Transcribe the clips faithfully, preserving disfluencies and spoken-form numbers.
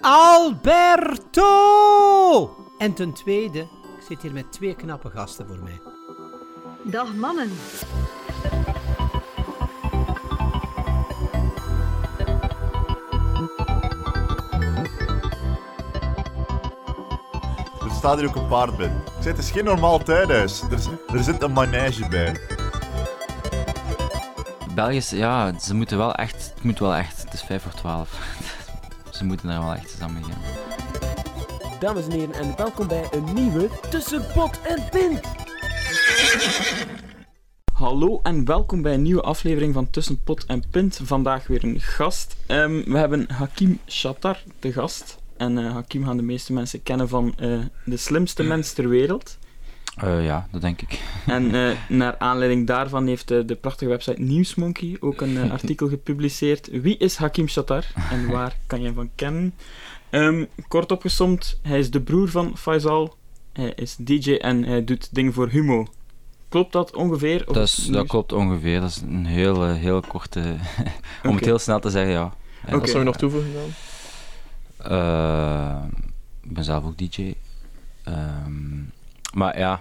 Alberto! En ten tweede, ik zit hier met twee knappe gasten voor mij. Dag mannen. Er staat hier ook een paard bij. Ik zei, het is geen normaal tuinhuis. Er, is- er zit een manege bij. Belgisch, ja, ze moeten wel echt, het moet wel echt, het is vijf voor twaalf. Ze moeten er wel echt samen gaan. Dames en heren, en welkom bij een nieuwe Tussen Pot en Pint. Hallo en welkom bij een nieuwe aflevering van Tussen Pot en Pint. Vandaag weer een gast. Um, we hebben Hakim Chattar te gast. En uh, Hakim gaan de meeste mensen kennen van uh, de slimste mens ter wereld. Uh, ja, dat denk ik. En uh, naar aanleiding daarvan heeft uh, de prachtige website Nieuwsmonkey ook een uh, artikel gepubliceerd. Wie is Hakim Chattar en waar kan je hem van kennen? Um, kort opgesomd, hij is de broer van Faisal. Hij is D J en hij doet dingen voor Humo. Klopt dat ongeveer? Of Dat, is, dat klopt ongeveer. Dat is een heel, heel korte... om okay. het heel snel te zeggen, ja. ja Wat zou je nog toevoegen dan? Uh, ik ben zelf ook D J. Um, maar ja,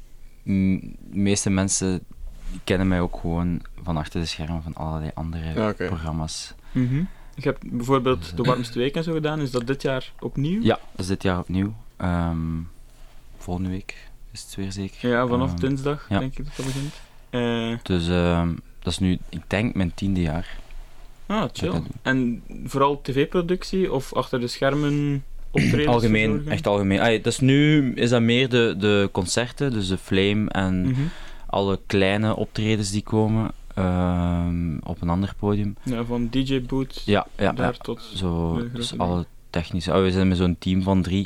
m- de meeste mensen kennen mij ook gewoon van achter de schermen van allerlei andere ja, okay. programma's. Mm-hmm. Je hebt bijvoorbeeld de warmste week en zo gedaan. Is dat dit jaar opnieuw? Ja, dat is dit jaar opnieuw. Um, volgende week is het weer zeker. Ja, vanaf um, dinsdag ja. denk ik dat dat begint. Uh, dus um, dat is nu, ik denk, mijn tiende jaar. Ah, chill. En vooral tv-productie of achter de schermen optredens? Algemeen, verzorgen? echt algemeen. Ay, dus nu is dat meer de, de concerten, dus de Flame en mm-hmm. alle kleine optredens die komen um, op een ander podium. Ja, van D J Boot ja, ja, daar ja. tot... Zo, dus alle technische... Oh, we zijn met zo'n team van drie,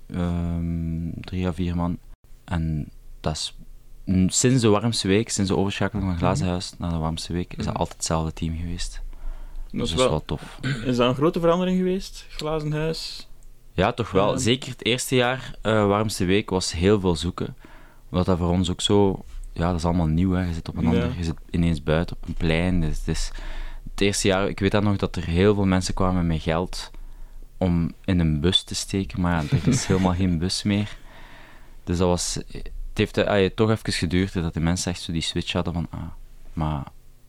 um, drie à vier man. En dat is... Sinds de warmste week, sinds de overschakeling van Glazenhuis naar de warmste week, is dat mm-hmm. altijd hetzelfde team geweest. Dat is, dus wel, wel tof. Is dat een grote verandering geweest, Glazenhuis? Ja, toch wel. Ja. Zeker het eerste jaar, uh, warmste week, was heel veel zoeken. Omdat dat voor ons ook zo... Ja, dat is allemaal nieuw, hè. Je zit op een ja. ander... Je zit ineens buiten op een plein. Dus het, is, het eerste jaar, ik weet dat nog, dat er heel veel mensen kwamen met geld om in een bus te steken. Maar ja, er is helemaal geen bus meer. Dus dat was... Het heeft uh, toch even geduurd, dat de mensen echt zo die switch hadden van... Ah, maar...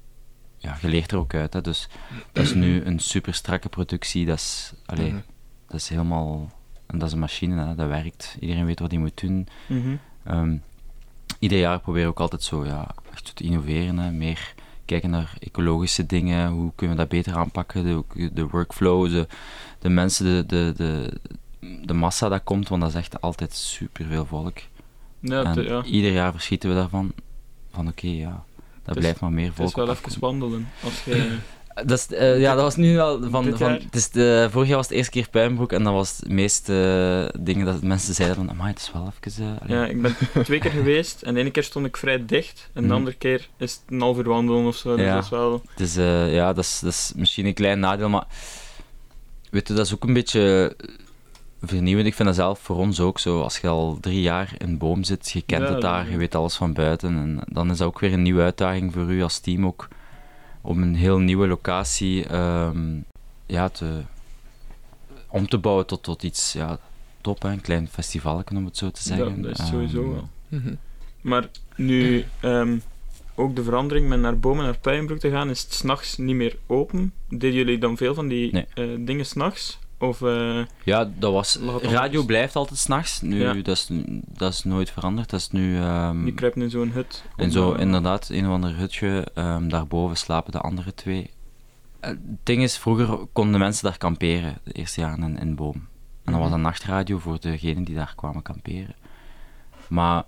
Ja, je leert er ook uit, hè. Dus dat is nu een super strakke productie. Dat is... Allee, mm-hmm. Dat is helemaal... En dat is een machine, hè. Dat werkt. Iedereen weet wat hij moet doen. Mm-hmm. Um, ieder jaar proberen we ook altijd zo, ja, echt te innoveren, hè. Meer kijken naar ecologische dingen, hoe kunnen we dat beter aanpakken, de, de workflow, de, de mensen, de, de, de, de massa dat komt, want dat is echt altijd superveel volk. Ja, en te, ja. ieder jaar verschieten we daarvan, van oké, okay, ja, dat is, blijft maar meer volk. Het is wel even wandelen, als je... Dat is, uh, ja, dat was nu al van... van jaar? het is de, vorig jaar was het de eerste keer Puinbroek en dat was de meeste uh, dingen dat mensen zeiden van, amai, het is wel even... Uh, ja, ik ben twee keer geweest en de ene keer stond ik vrij dicht en de mm. andere keer is het een half uur wandelen of zo, dus ja. dat is wel... Dus, uh, ja, dat is, dat is misschien een klein nadeel, maar weet je, dat is ook een beetje vernieuwend. Ik vind dat zelf voor ons ook zo, als je al drie jaar in een boom zit, je kent ja, het daar, ja. je weet alles van buiten en dan is dat ook weer een nieuwe uitdaging voor u als team ook. Om een heel nieuwe locatie um, ja, te, om te bouwen tot, tot iets ja, top, hè, een klein festival, om het zo te zeggen. Ja, dat is sowieso um, wel. Mm-hmm. Maar nu um, ook de verandering met naar Boom en naar Puijenbroek te gaan, is het 's nachts niet meer open. Deden jullie dan veel van die nee. uh, dingen 's nachts? Of, uh, ja, dat was... Radio blijft altijd 's nachts. Nu, ja. dat, is, dat is nooit veranderd. Dat is nu... Um, je kruipt in zo'n hut. In zo, uh, inderdaad, een of ander hutje. Um, daarboven slapen de andere twee. Uh, het ding is, vroeger konden mensen daar kamperen, de eerste jaren in, in Boom. En dat mm-hmm. was een nachtradio voor degenen die daar kwamen kamperen. Maar...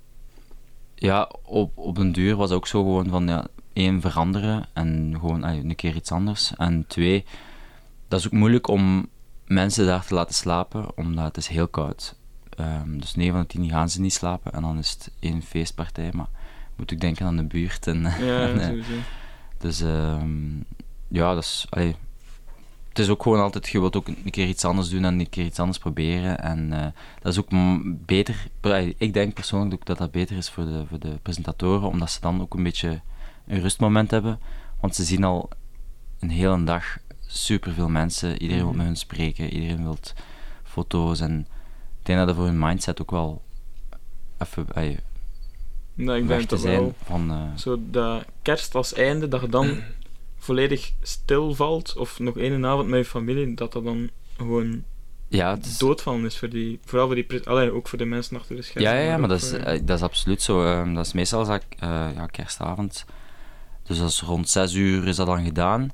Ja, op, op een duur was het ook zo gewoon van, ja, één, veranderen en gewoon uh, een keer iets anders. En twee, dat is ook moeilijk om mensen daar te laten slapen, omdat het is heel koud. Um, dus negen van de tien gaan ze niet slapen en dan is het één feestpartij, maar moet ik denken aan de buurt. En, ja, en, sowieso. Dus um, ja, dat is... Allee, het is ook gewoon altijd, je wilt ook een keer iets anders doen en een keer iets anders proberen. En uh, dat is ook m- beter... Ik denk persoonlijk ook dat dat beter is voor de, voor de presentatoren, omdat ze dan ook een beetje een rustmoment hebben. Want ze zien al een hele dag superveel mensen, iedereen wil met hun spreken, iedereen wil foto's en ik denk dat dat voor hun mindset ook wel even ay, Nou, ik weg denk te dat zijn wel. van... Uh, Zo dat kerst als einde, dat je dan volledig stilvalt, of nog één avond met je familie, dat dat dan gewoon ja, het is, doodvallen is voor die, vooral voor die, pre- allee, ook voor de mensen achter de schermen. ja, ja, ja, maar ook dat is, voor- uh, dat is absoluut zo. Uh, dat is meestal als ik, uh, ja, kerstavond. Dus dat is rond zes uur is dat dan gedaan.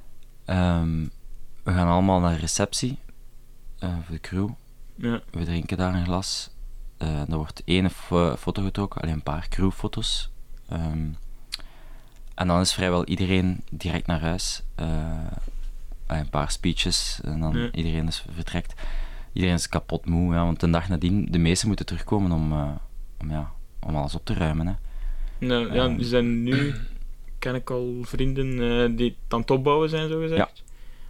Um, we gaan allemaal naar receptie uh, voor de crew. Ja. We drinken daar een glas. Uh, er wordt één f- foto getrokken, alleen een paar crewfoto's. Um, en dan is vrijwel iedereen direct naar huis. Uh, een paar speeches en dan Ja. iedereen is vertrekt. Iedereen is kapot moe, ja, want de dag nadien, de meesten moeten terugkomen om, uh, om, ja, om alles op te ruimen. Hè. Nou, ja, Um, die zijn nu, ken ik al vrienden uh, die het aan het opbouwen zijn, zo gezegd.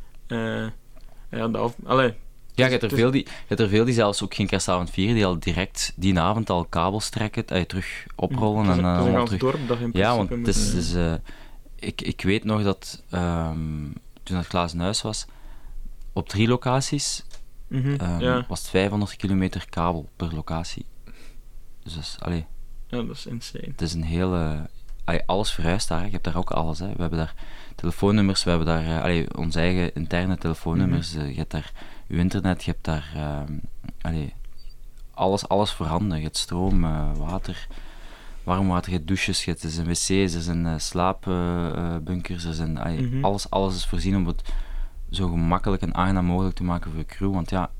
Ja. Uh, ja, de af... Allee. Ja, je hebt, er Dus- veel die, je hebt er veel die zelfs ook geen kerstavond vieren, die al direct die avond al kabels trekken, uh, terug oprollen Het is en een- uh, het is een allemaal gans terug. dorp dat je in Ja, principe want moet, het is, eh, het is, uh, ik, ik weet nog dat um, toen het glazen huis was, op drie locaties mhm, um, ja. was het vijfhonderd kilometer kabel per locatie. Dus dat is, allee, ja, dat is insane. het is een hele... Allee, alles verhuist daar, hè. Je hebt daar ook alles. Hè. We hebben daar telefoonnummers, we hebben daar uh, allee, onze eigen interne telefoonnummers, Mhm. uh, je hebt daar je internet, je hebt daar um, allee, alles, alles voorhanden. Je hebt stroom, uh, water, warm water, je hebt douches, je hebt, er zijn wc's, er zijn uh, slaapbunkers, er zijn, allee, Mhm. alles, alles is voorzien om het zo gemakkelijk en aangenaam mogelijk te maken voor de crew, want ja,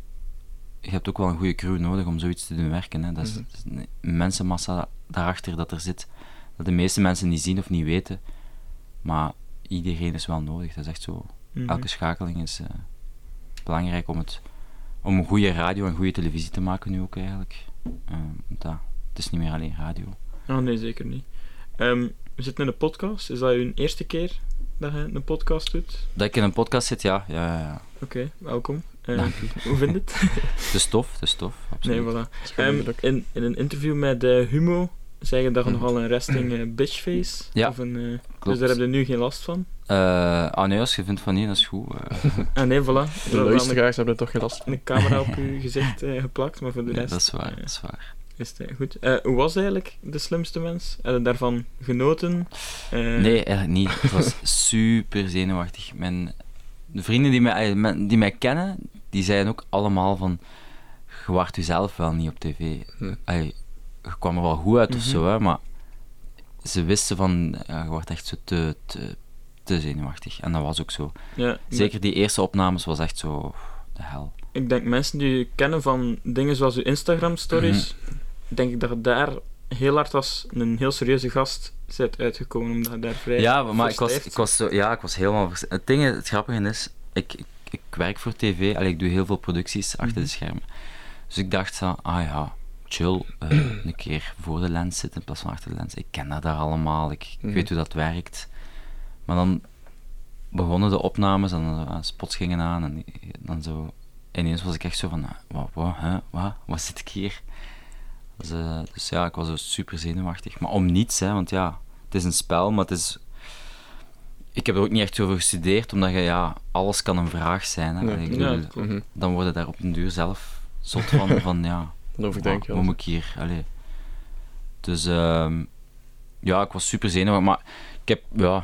je hebt ook wel een goede crew nodig om zoiets te doen werken. Hè. Dat is, Mhm. dat is een mensenmassa daarachter dat er zit, dat de meeste mensen niet zien of niet weten, maar iedereen is wel nodig. Dat is echt zo. Mhm. Elke schakeling is uh, belangrijk om, het, om een goede radio en goede televisie te maken nu ook eigenlijk. Uh, want, ja, het is niet meer alleen radio. Oh, nee, zeker niet. Um, we zitten in een podcast. Is dat je eerste keer dat je een podcast doet? Dat ik in een podcast zit, ja. ja, ja, ja. Oké, okay, welkom. Uh, Dank hoe vind je het? Het is tof, het is tof. Absoluut. Nee, voilà. Um, in, in een interview met uh, Humo zei je dat je nogal een resting uh, bitchface. Ja, of een, uh, klopt. Dus daar heb je nu geen last van. Uh, ah nee, als je vindt van nee, dat is goed. Uh. Ah nee, voilà. De luisteraars hebben er toch geen last van. Een camera op je gezicht uh, geplakt, maar voor de Nee, rest... dat is waar, uh, dat is waar. Is het uh, goed. Uh, hoe was eigenlijk De Slimste Mens? Heb je daarvan genoten? Uh, Nee, eigenlijk niet. Het was super zenuwachtig. Mijn, de vrienden die mij, die mij kennen, die zeiden ook allemaal van, je waart jezelf wel niet op tv. Hm. Allee, je kwam er wel goed uit of Mhm. zo, hè, maar ze wisten van, ja, je wordt echt zo te, te, te zenuwachtig. En dat was ook zo. ja, Zeker die eerste opnames was echt zo, de hel. Ik denk mensen die je kennen van dingen zoals je Instagram-stories, Mhm. denk ik dat je daar heel hard als een heel serieuze gast bent uitgekomen, omdat je daar vrij Ja, maar ik was, verstijfd ik was zo, ja, ik was helemaal... vers- Het ding, het grappige is, ik, ik, ik werk voor tv, allee, ik doe heel veel producties achter Mhm. de schermen. Dus ik dacht zo, ah ja, chill, uh, een keer voor de lens zitten in plaats van achter de lens. Ik ken dat daar allemaal, ik, ik Mhm. weet hoe dat werkt. Maar dan begonnen de opnames en uh, spots gingen aan en dan zo... Ineens was ik echt zo van, wat, wat, hè, wat, wat zit ik hier? Dus, uh, dus ja, ik was zo super zenuwachtig. Maar om niets, hè, want ja, het is een spel, maar het is... Ik heb er ook niet echt over gestudeerd, omdat je, ja, alles kan een vraag zijn. Hè. Nee. Ik Ja, bedoel, dat klopt. Mhm. dan word je daar op den duur zelf zot van, van ja, Dan overdenk je wat, wat moet ik hier, allee. Dus, um, ja, ik was super zenuwachtig, maar ik heb, ja...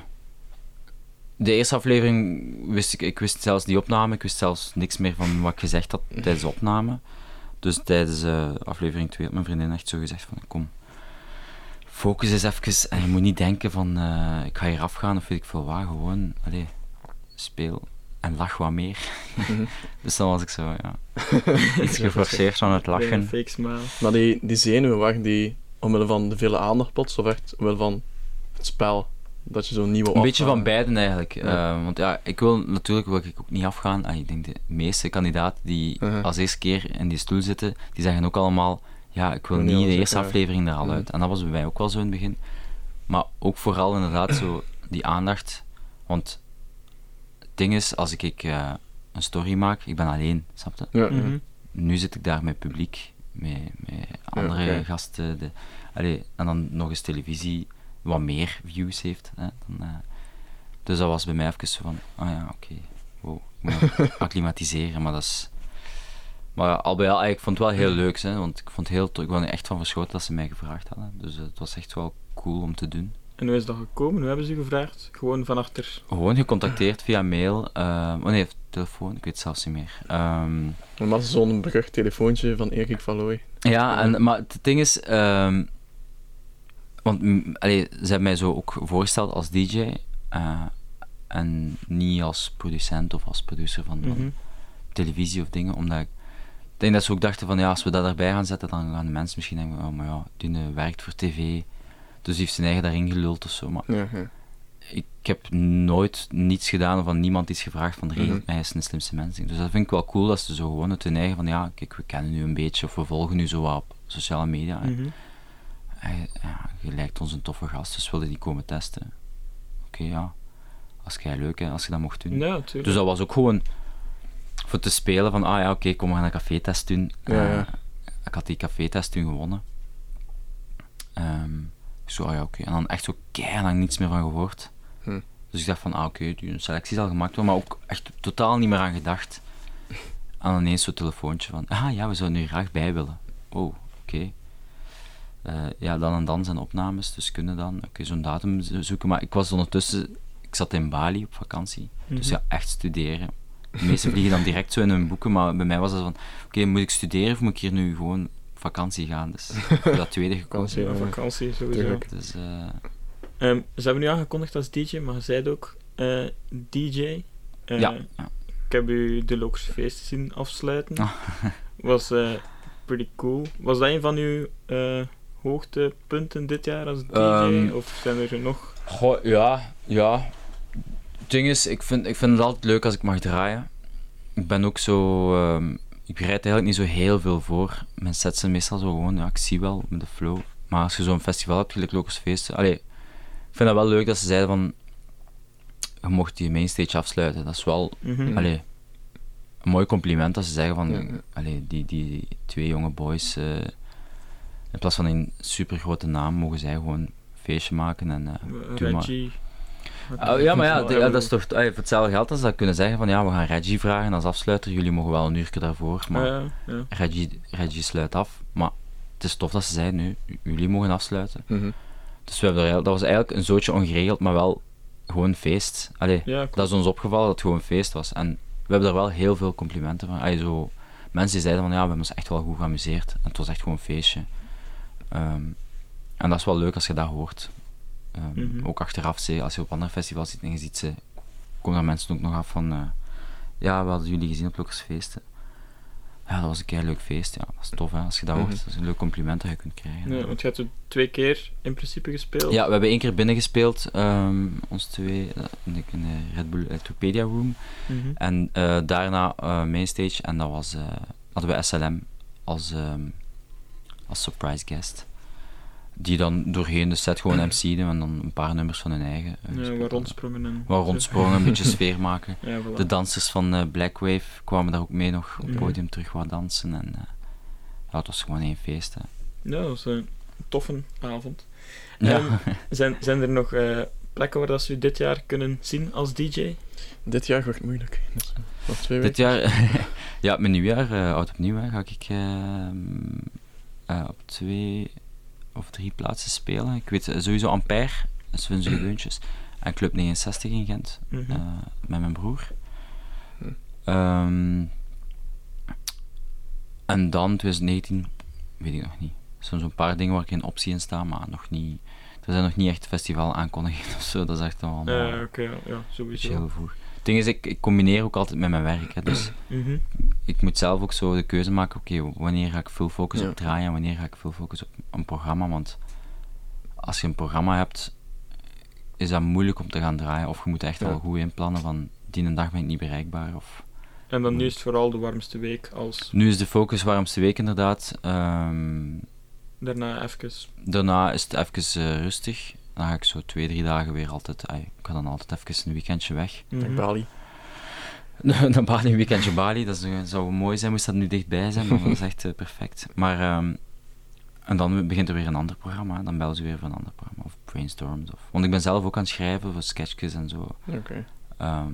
De eerste aflevering wist ik, ik wist zelfs die opname, ik wist zelfs niks meer van wat ik gezegd had tijdens de opname. Dus tijdens uh, aflevering twee had mijn vriendin echt zo gezegd van, kom, focus eens even en je moet niet denken van, uh, ik ga hier afgaan of weet ik veel wat, gewoon, allee, speel en lach wat meer. Mhm. Dus dan was ik zo, ja, iets geforceerd aan het Bij een lachen. fake smile. Maar die, die zenuwen, waren die omwille van de vele aandacht plots, of echt omwille van het spel? Dat je zo'n nieuwe Een beetje van beiden eigenlijk. Ja. Uh, want ja, ik wil natuurlijk wil ik ook niet afgaan. Ah, ik denk de meeste kandidaten die uh-huh. als eerste keer in die stoel zitten, die zeggen ook allemaal, ja, ik wil Ja, niet niet de al eerste zeggen, aflevering er al ja. uit. En dat was bij mij ook wel zo in het begin. Maar ook vooral inderdaad zo die aandacht. Want het ding is, als ik, ik uh, een story maak, ik ben alleen, snap je? Ja, Mhm. ja. Nu zit ik daar met publiek, met, met andere Ja, oké. gasten. De, allee, en dan nog eens televisie, wat meer views heeft. Hè, dan, uh, dus dat was bij mij even zo van, ah ja, oké, okay, wow, ik moet me acclimatiseren, maar dat is... Maar al bij al, ik vond het wel heel leuk, hè, want ik vond het heel... to- Ik was er echt van verschoten dat ze mij gevraagd hadden, dus uh, het was echt wel cool om te doen. En hoe is dat gekomen? Hoe hebben ze gevraagd? Gewoon van achter... Gewoon gecontacteerd via mail, uh, oh nee, telefoon, ik weet het zelfs niet meer. Um, Normaal is zo'n berucht telefoontje van Erik van Looy. ja, en, maar het ding is... Um, want mm, allee, ze hebben mij zo ook voorgesteld als D J, uh, en niet als producent of als producer van, van Mhm. televisie of dingen, omdat ik... Ik denk dat ze ook dachten van, ja, als we dat erbij gaan zetten, dan gaan de mensen misschien denken, oh, maar ja, die uh, werkt voor tv, dus die heeft zijn eigen daarin geluld of zo, maar... Ja, ja. Ik heb nooit niets gedaan of van niemand iets gevraagd van regelt Mhm. mij eens een slimste mens. Dus dat vind ik wel cool dat ze zo gewoon het hun eigen van ja, kijk, we kennen nu een beetje of we volgen nu zo wat op sociale media. En, Mhm. en, ja, je lijkt ons een toffe gast, dus wilde die komen testen. Oké, ja. Als jij leuk hè, als je dat mocht doen. Ja, natuurlijk. Dus dat was ook gewoon voor te spelen van ah ja, oké, kom we gaan een café-test doen. Ja, ja. Uh, ik had die café-test toen gewonnen. Um, zo, ah ja, oké. En dan echt zo keilang niets meer van gehoord. Hm. Dus ik dacht van, ah oké, die selectie zal gemaakt worden, maar ook echt totaal niet meer aan gedacht. En dan ineens zo'n telefoontje van, ah ja, we zouden nu graag bij willen. Oh, oké. Okay. Uh, ja, dan en dan zijn opnames, dus kunnen dan oké, zo'n datum zo- zoeken. Maar ik was ondertussen, ik zat in Bali op vakantie, dus Mhm. ja, echt studeren. De meesten vliegen dan direct zo in hun boeken, maar bij mij was het van, oké, moet ik studeren of moet ik hier nu gewoon op vakantie gaan? Dus ik heb dat tweede gekozen. Vakantie, Ja, ja. vakantie sowieso. Tuurlijk. Dus, uh, Ehm, ze hebben nu aangekondigd als D J, maar je zei het ook eh, D J. Eh, ja, ja. Ik heb u de Lokerse Feesten zien afsluiten. Ah. Was eh, pretty cool. Was dat een van uw eh, hoogtepunten dit jaar als D J? Ehm, of zijn er nog? Goh, ja, ja. Het ding is, ik vind, ik vind het altijd leuk als ik mag draaien. Ik ben ook zo... ehm, ik bereid eigenlijk niet zo heel veel voor. Mijn sets zijn meestal zo gewoon, ja, ik zie wel met de flow. Maar als je zo'n festival hebt, gelijk Lokerse Feesten... Allee, ik vind dat wel leuk dat ze zeiden van... Je mocht die mainstage afsluiten. Dat is wel... Mhm. Allee, een mooi compliment dat ze zeggen van... Ja, ja. Allee, die, die twee jonge boys... eh, in plaats van een super grote naam, mogen zij gewoon een feestje maken en... eh, Eh, doe maar. Reggie. Oh, ja, maar ja, Oh, de- ja, dat is toch allee, voor hetzelfde geld als ze dat kunnen zeggen van ja, we gaan Reggie vragen als afsluiter, jullie mogen wel een uurtje daarvoor, maar Ah, ja, ja. Reggie, Reggie sluit af. Maar het is tof dat ze zeiden nu, j- jullie mogen afsluiten. Mhm. Dus we hebben er, dat was eigenlijk een zootje ongeregeld, maar wel gewoon feest. Allee, Ja, klopt. dat is ons opgevallen dat het gewoon feest was. En we hebben daar wel heel veel complimenten van. Allee, zo, mensen die zeiden van ja, we hebben ons echt wel goed geamuseerd. En het was echt gewoon een feestje. Ehm, en dat is wel leuk als je dat hoort. Ehm, Mhm. Ook achteraf, zie- als je op andere festivals zit en je ziet ze, komen daar mensen ook nog af van, eh, ja, we hadden jullie gezien op Lokerse Feesten. Ja, dat was een keer leuk feest, ja, dat is tof hè, als je dat Mhm. hoort. Dat is een leuk compliment dat je kunt krijgen. Ja, want je hebt er twee keer in principe gespeeld. Ja, we hebben één keer binnen gespeeld, ehm, ons twee, eh, in de, in de Red Bull Encyclopedia Room. Mhm. En eh, daarna eh, Mainstage, en dat was, eh, hadden we S L M als, ehm, als surprise guest. Die dan doorheen de set gewoon M C'den en dan een paar nummers van hun eigen. eh, Ja, gespeeld waar hadden. rondsprongen en... Waar rondsprongen, een beetje sfeer maken. Ja, voilà. De dansers van eh, Black Wave kwamen daar ook mee nog op het Mhm. podium terug wat dansen. En eh, ja, het was gewoon één feest. Hè. Ja, dat was een toffe avond. Ja. Ehm, zijn, zijn er nog eh, plekken waar dat ze u dit jaar kunnen zien als D J? Dit jaar wordt moeilijk. Dus, nog twee Dit weken. jaar, ja, mijn nieuwjaar, uh, oud opnieuw, hè, ga ik uh, uh, op twee of drie plaatsen spelen. Ik weet uh, sowieso Ampère, dat is Vunzige Deuntjes, en Club negenenzestig in Gent, Mhm. uh, met mijn broer. Hm. Um, en dan twintig negentien, weet ik nog niet. Er zijn zo'n paar dingen waar ik in optie in sta, maar nog niet. Er zijn nog niet echt festival aankondigingen of zo, dat is echt allemaal Ja, een oké, ja, ja, beetje sowieso. heel vroeg. Het ding is, ik, ik combineer ook altijd met mijn werk, hè, dus Mhm. ik moet zelf ook zo de keuze maken, oké, okay, wanneer ga ik full focus Ja. op draaien en wanneer ga ik full focus op een programma, want als je een programma hebt, is dat moeilijk om te gaan draaien, of je moet echt Ja. wel goed inplannen van, die een dag ben ik niet bereikbaar, of... En dan nu is het vooral de warmste week als Nu is de focus warmste week inderdaad, Ehm daarna even... daarna is het even uh, rustig, dan ga ik zo twee, drie dagen weer altijd, ay, ik ga dan altijd even een weekendje weg. Naar Mhm. Bali. Naar Bali, een weekendje Bali, dat is- zou mooi zijn, moest dat nu dichtbij zijn, maar dat is echt uh, perfect. Maar, ehm, en dan begint er weer een ander programma, dan bellen ze weer voor een ander programma, of brainstorms. Of, want ik ben zelf ook aan het schrijven voor sketchjes en zo. Oké. Ehm,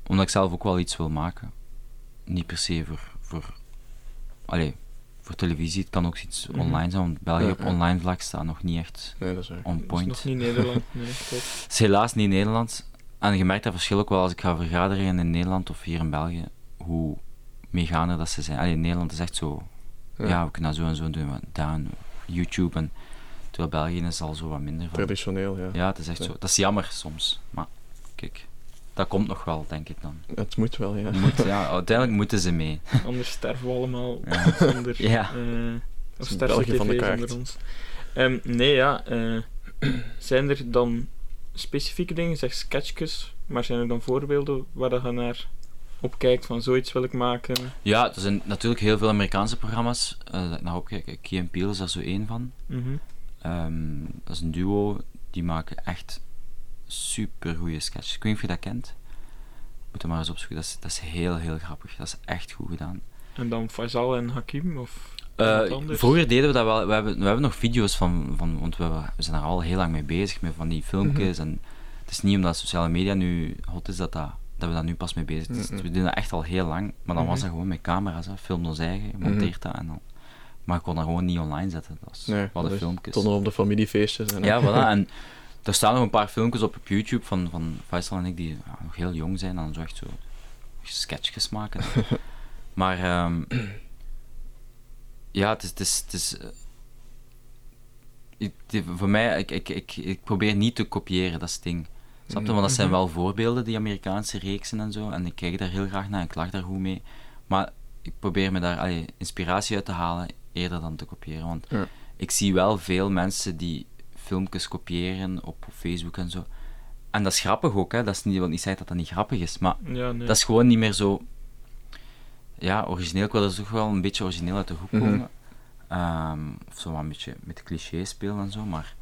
omdat ik zelf ook wel iets wil maken. Niet per se voor... voor allee, voor televisie, het kan ook iets Mhm. online zijn, want België Ja, op ja. online vlak staat nog niet echt Nee, dat is waar. on Dat is point. nog niet Nederland. Nee, klopt. Het is helaas niet Nederland. En je merkt dat verschil ook wel als ik ga vergaderingen in Nederland of hier in België, hoe meegaander dat ze zijn. Allee, in Nederland is echt zo, ja, Ja. we kunnen dat zo en zo doen, wat Daan, YouTube, en terwijl België is al zo wat minder van. Traditioneel, ja. Ja, het is echt Ja. zo. Dat is jammer soms, maar kijk, dat komt nog wel, denk ik dan. Het moet wel, ja. Moet, ja, uiteindelijk moeten ze mee. Anders sterven we allemaal Ja. zonder... Ja. eh, of is sterft België de van de tv kaart. zonder ons. Ehm, nee, ja. eh, zijn er dan specifieke dingen, zeg sketchjes, maar zijn er dan voorbeelden waar dat je naar opkijkt van zoiets wil ik maken? Ja, er zijn natuurlijk heel veel Amerikaanse programma's uh, dat ik naar opkijk. Key and Peele is daar zo één van. Mhm. Ehm, dat is een duo, die maken echt super goede sketches. Ik weet niet of je dat kent. Moet er maar eens opzoeken. Dat is, dat is heel, heel grappig. Dat is echt goed gedaan. En dan Faisal en Hakim? Of Uh, wat anders? vroeger deden we dat wel. We hebben, we hebben nog video's van, van want we, we zijn er al heel lang mee bezig, met van die filmpjes. Mhm. En het is niet omdat sociale media nu hot is, dat, dat, dat we daar nu pas mee bezig zijn. Dus Mhm. we doen dat echt al heel lang, maar dan was Mhm. dat gewoon met camera's. Hè. Film ons eigen, je monteert dat en dan... Maar ik kon dat gewoon niet online zetten. Dat was, Nee, we hadden dat is filmpjes. tot nog op de familiefeestjes. En Ja, voilà. En er staan nog een paar filmpjes op, op YouTube van, van Faisal en ik die ja, nog heel jong zijn en dan zo echt zo sketchjes maken. Maar ehm, ja, het is... Het is, het is eh, ik- die- voor mij, ik, ik, ik, ik probeer niet te kopiëren, dat is het ding. Snap je? Want dat zijn Mhm. wel voorbeelden, die Amerikaanse reeksen en zo. En ik kijk daar heel graag naar en ik lach daar goed mee. Maar ik probeer me daar allee, inspiratie uit te halen, eerder dan te kopiëren. Want Ja. ik zie wel veel mensen die filmpjes kopiëren op, op Facebook en zo. En dat is grappig ook, hè. Dat is niet, wat niet zeggen dat dat niet grappig is, maar Ja, nee. dat is gewoon niet meer zo... Ja, origineel. Ik wil er toch wel een beetje origineel uit de hoek Mhm. komen. Ehm, of zo wat een beetje met de clichés spelen en zo, maar...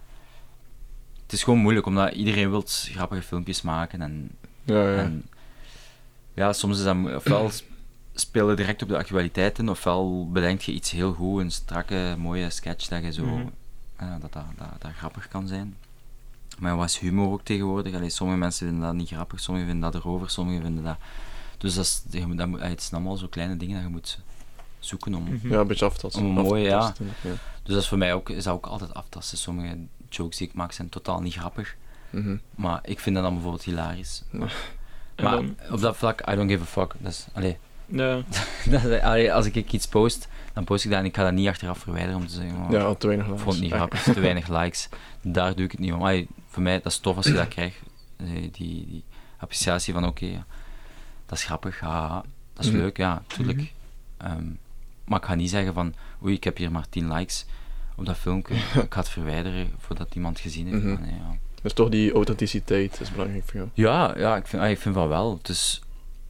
Het is gewoon moeilijk, omdat iedereen wil grappige filmpjes maken en... Ja, ja. En, ja, soms is dat... mo- Ofwel s- spelen direct op de actualiteiten, ofwel bedenk je iets heel goed, een strakke, mooie sketch dat je zo... Mhm. eh, dat, dat, dat, dat grappig kan zijn. Maar wat is humor ook tegenwoordig? Allee, sommige mensen vinden dat niet grappig, sommigen vinden dat erover, sommigen vinden dat... Dus dat is, je moet- dat moet- het zijn allemaal zo kleine dingen dat je moet zoeken om... Mhm. Ja, een beetje aftasten. Een mooie, ja. aftasten, ja. Dus dat is voor mij ook, is dat ook altijd aftasten. Sommige jokes die ik maak zijn totaal niet grappig, Mhm. maar ik vind dat dan bijvoorbeeld hilarisch. Ja. Maar, En maar dan- op dat vlak, I don't give a fuck. Dat is, allee, Ja. dat is- allee, als ik iets post, dan post ik dat en ik ga dat niet achteraf verwijderen om te zeggen, oh, Ja, te weinig ik likes. vond het niet grappig, te weinig likes. Daar doe ik het niet om. Allee, voor mij, dat is tof als je dat krijgt. Eh, Die, die appreciatie van, oké, ja, dat is grappig, haha, dat is Mhm. leuk, ja, tuurlijk. Mhm. Ehm, maar ik ga niet zeggen van, oei, ik heb hier maar tien likes op dat filmpje. Ik ga het verwijderen voordat iemand gezien heeft. Mhm. Maar nee, ja. Dus toch die authenticiteit is belangrijk voor jou. Ja, ja, ik vind, ah, ik vind van wel. Dus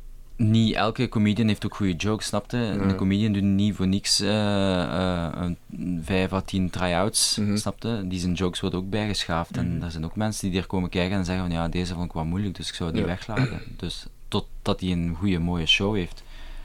niet elke comedian heeft ook goede jokes, snapte? Een Ja. comedian doet niet voor niks eh, eh, een vijf à tien try-outs, Mhm. snapte? Die zijn jokes worden ook bijgeschaafd. Mhm. En er zijn ook mensen die er komen kijken en zeggen van ja, deze vond ik wat moeilijk, dus ik zou die Ja. weglaten. Dus totdat hij een goede, mooie show heeft.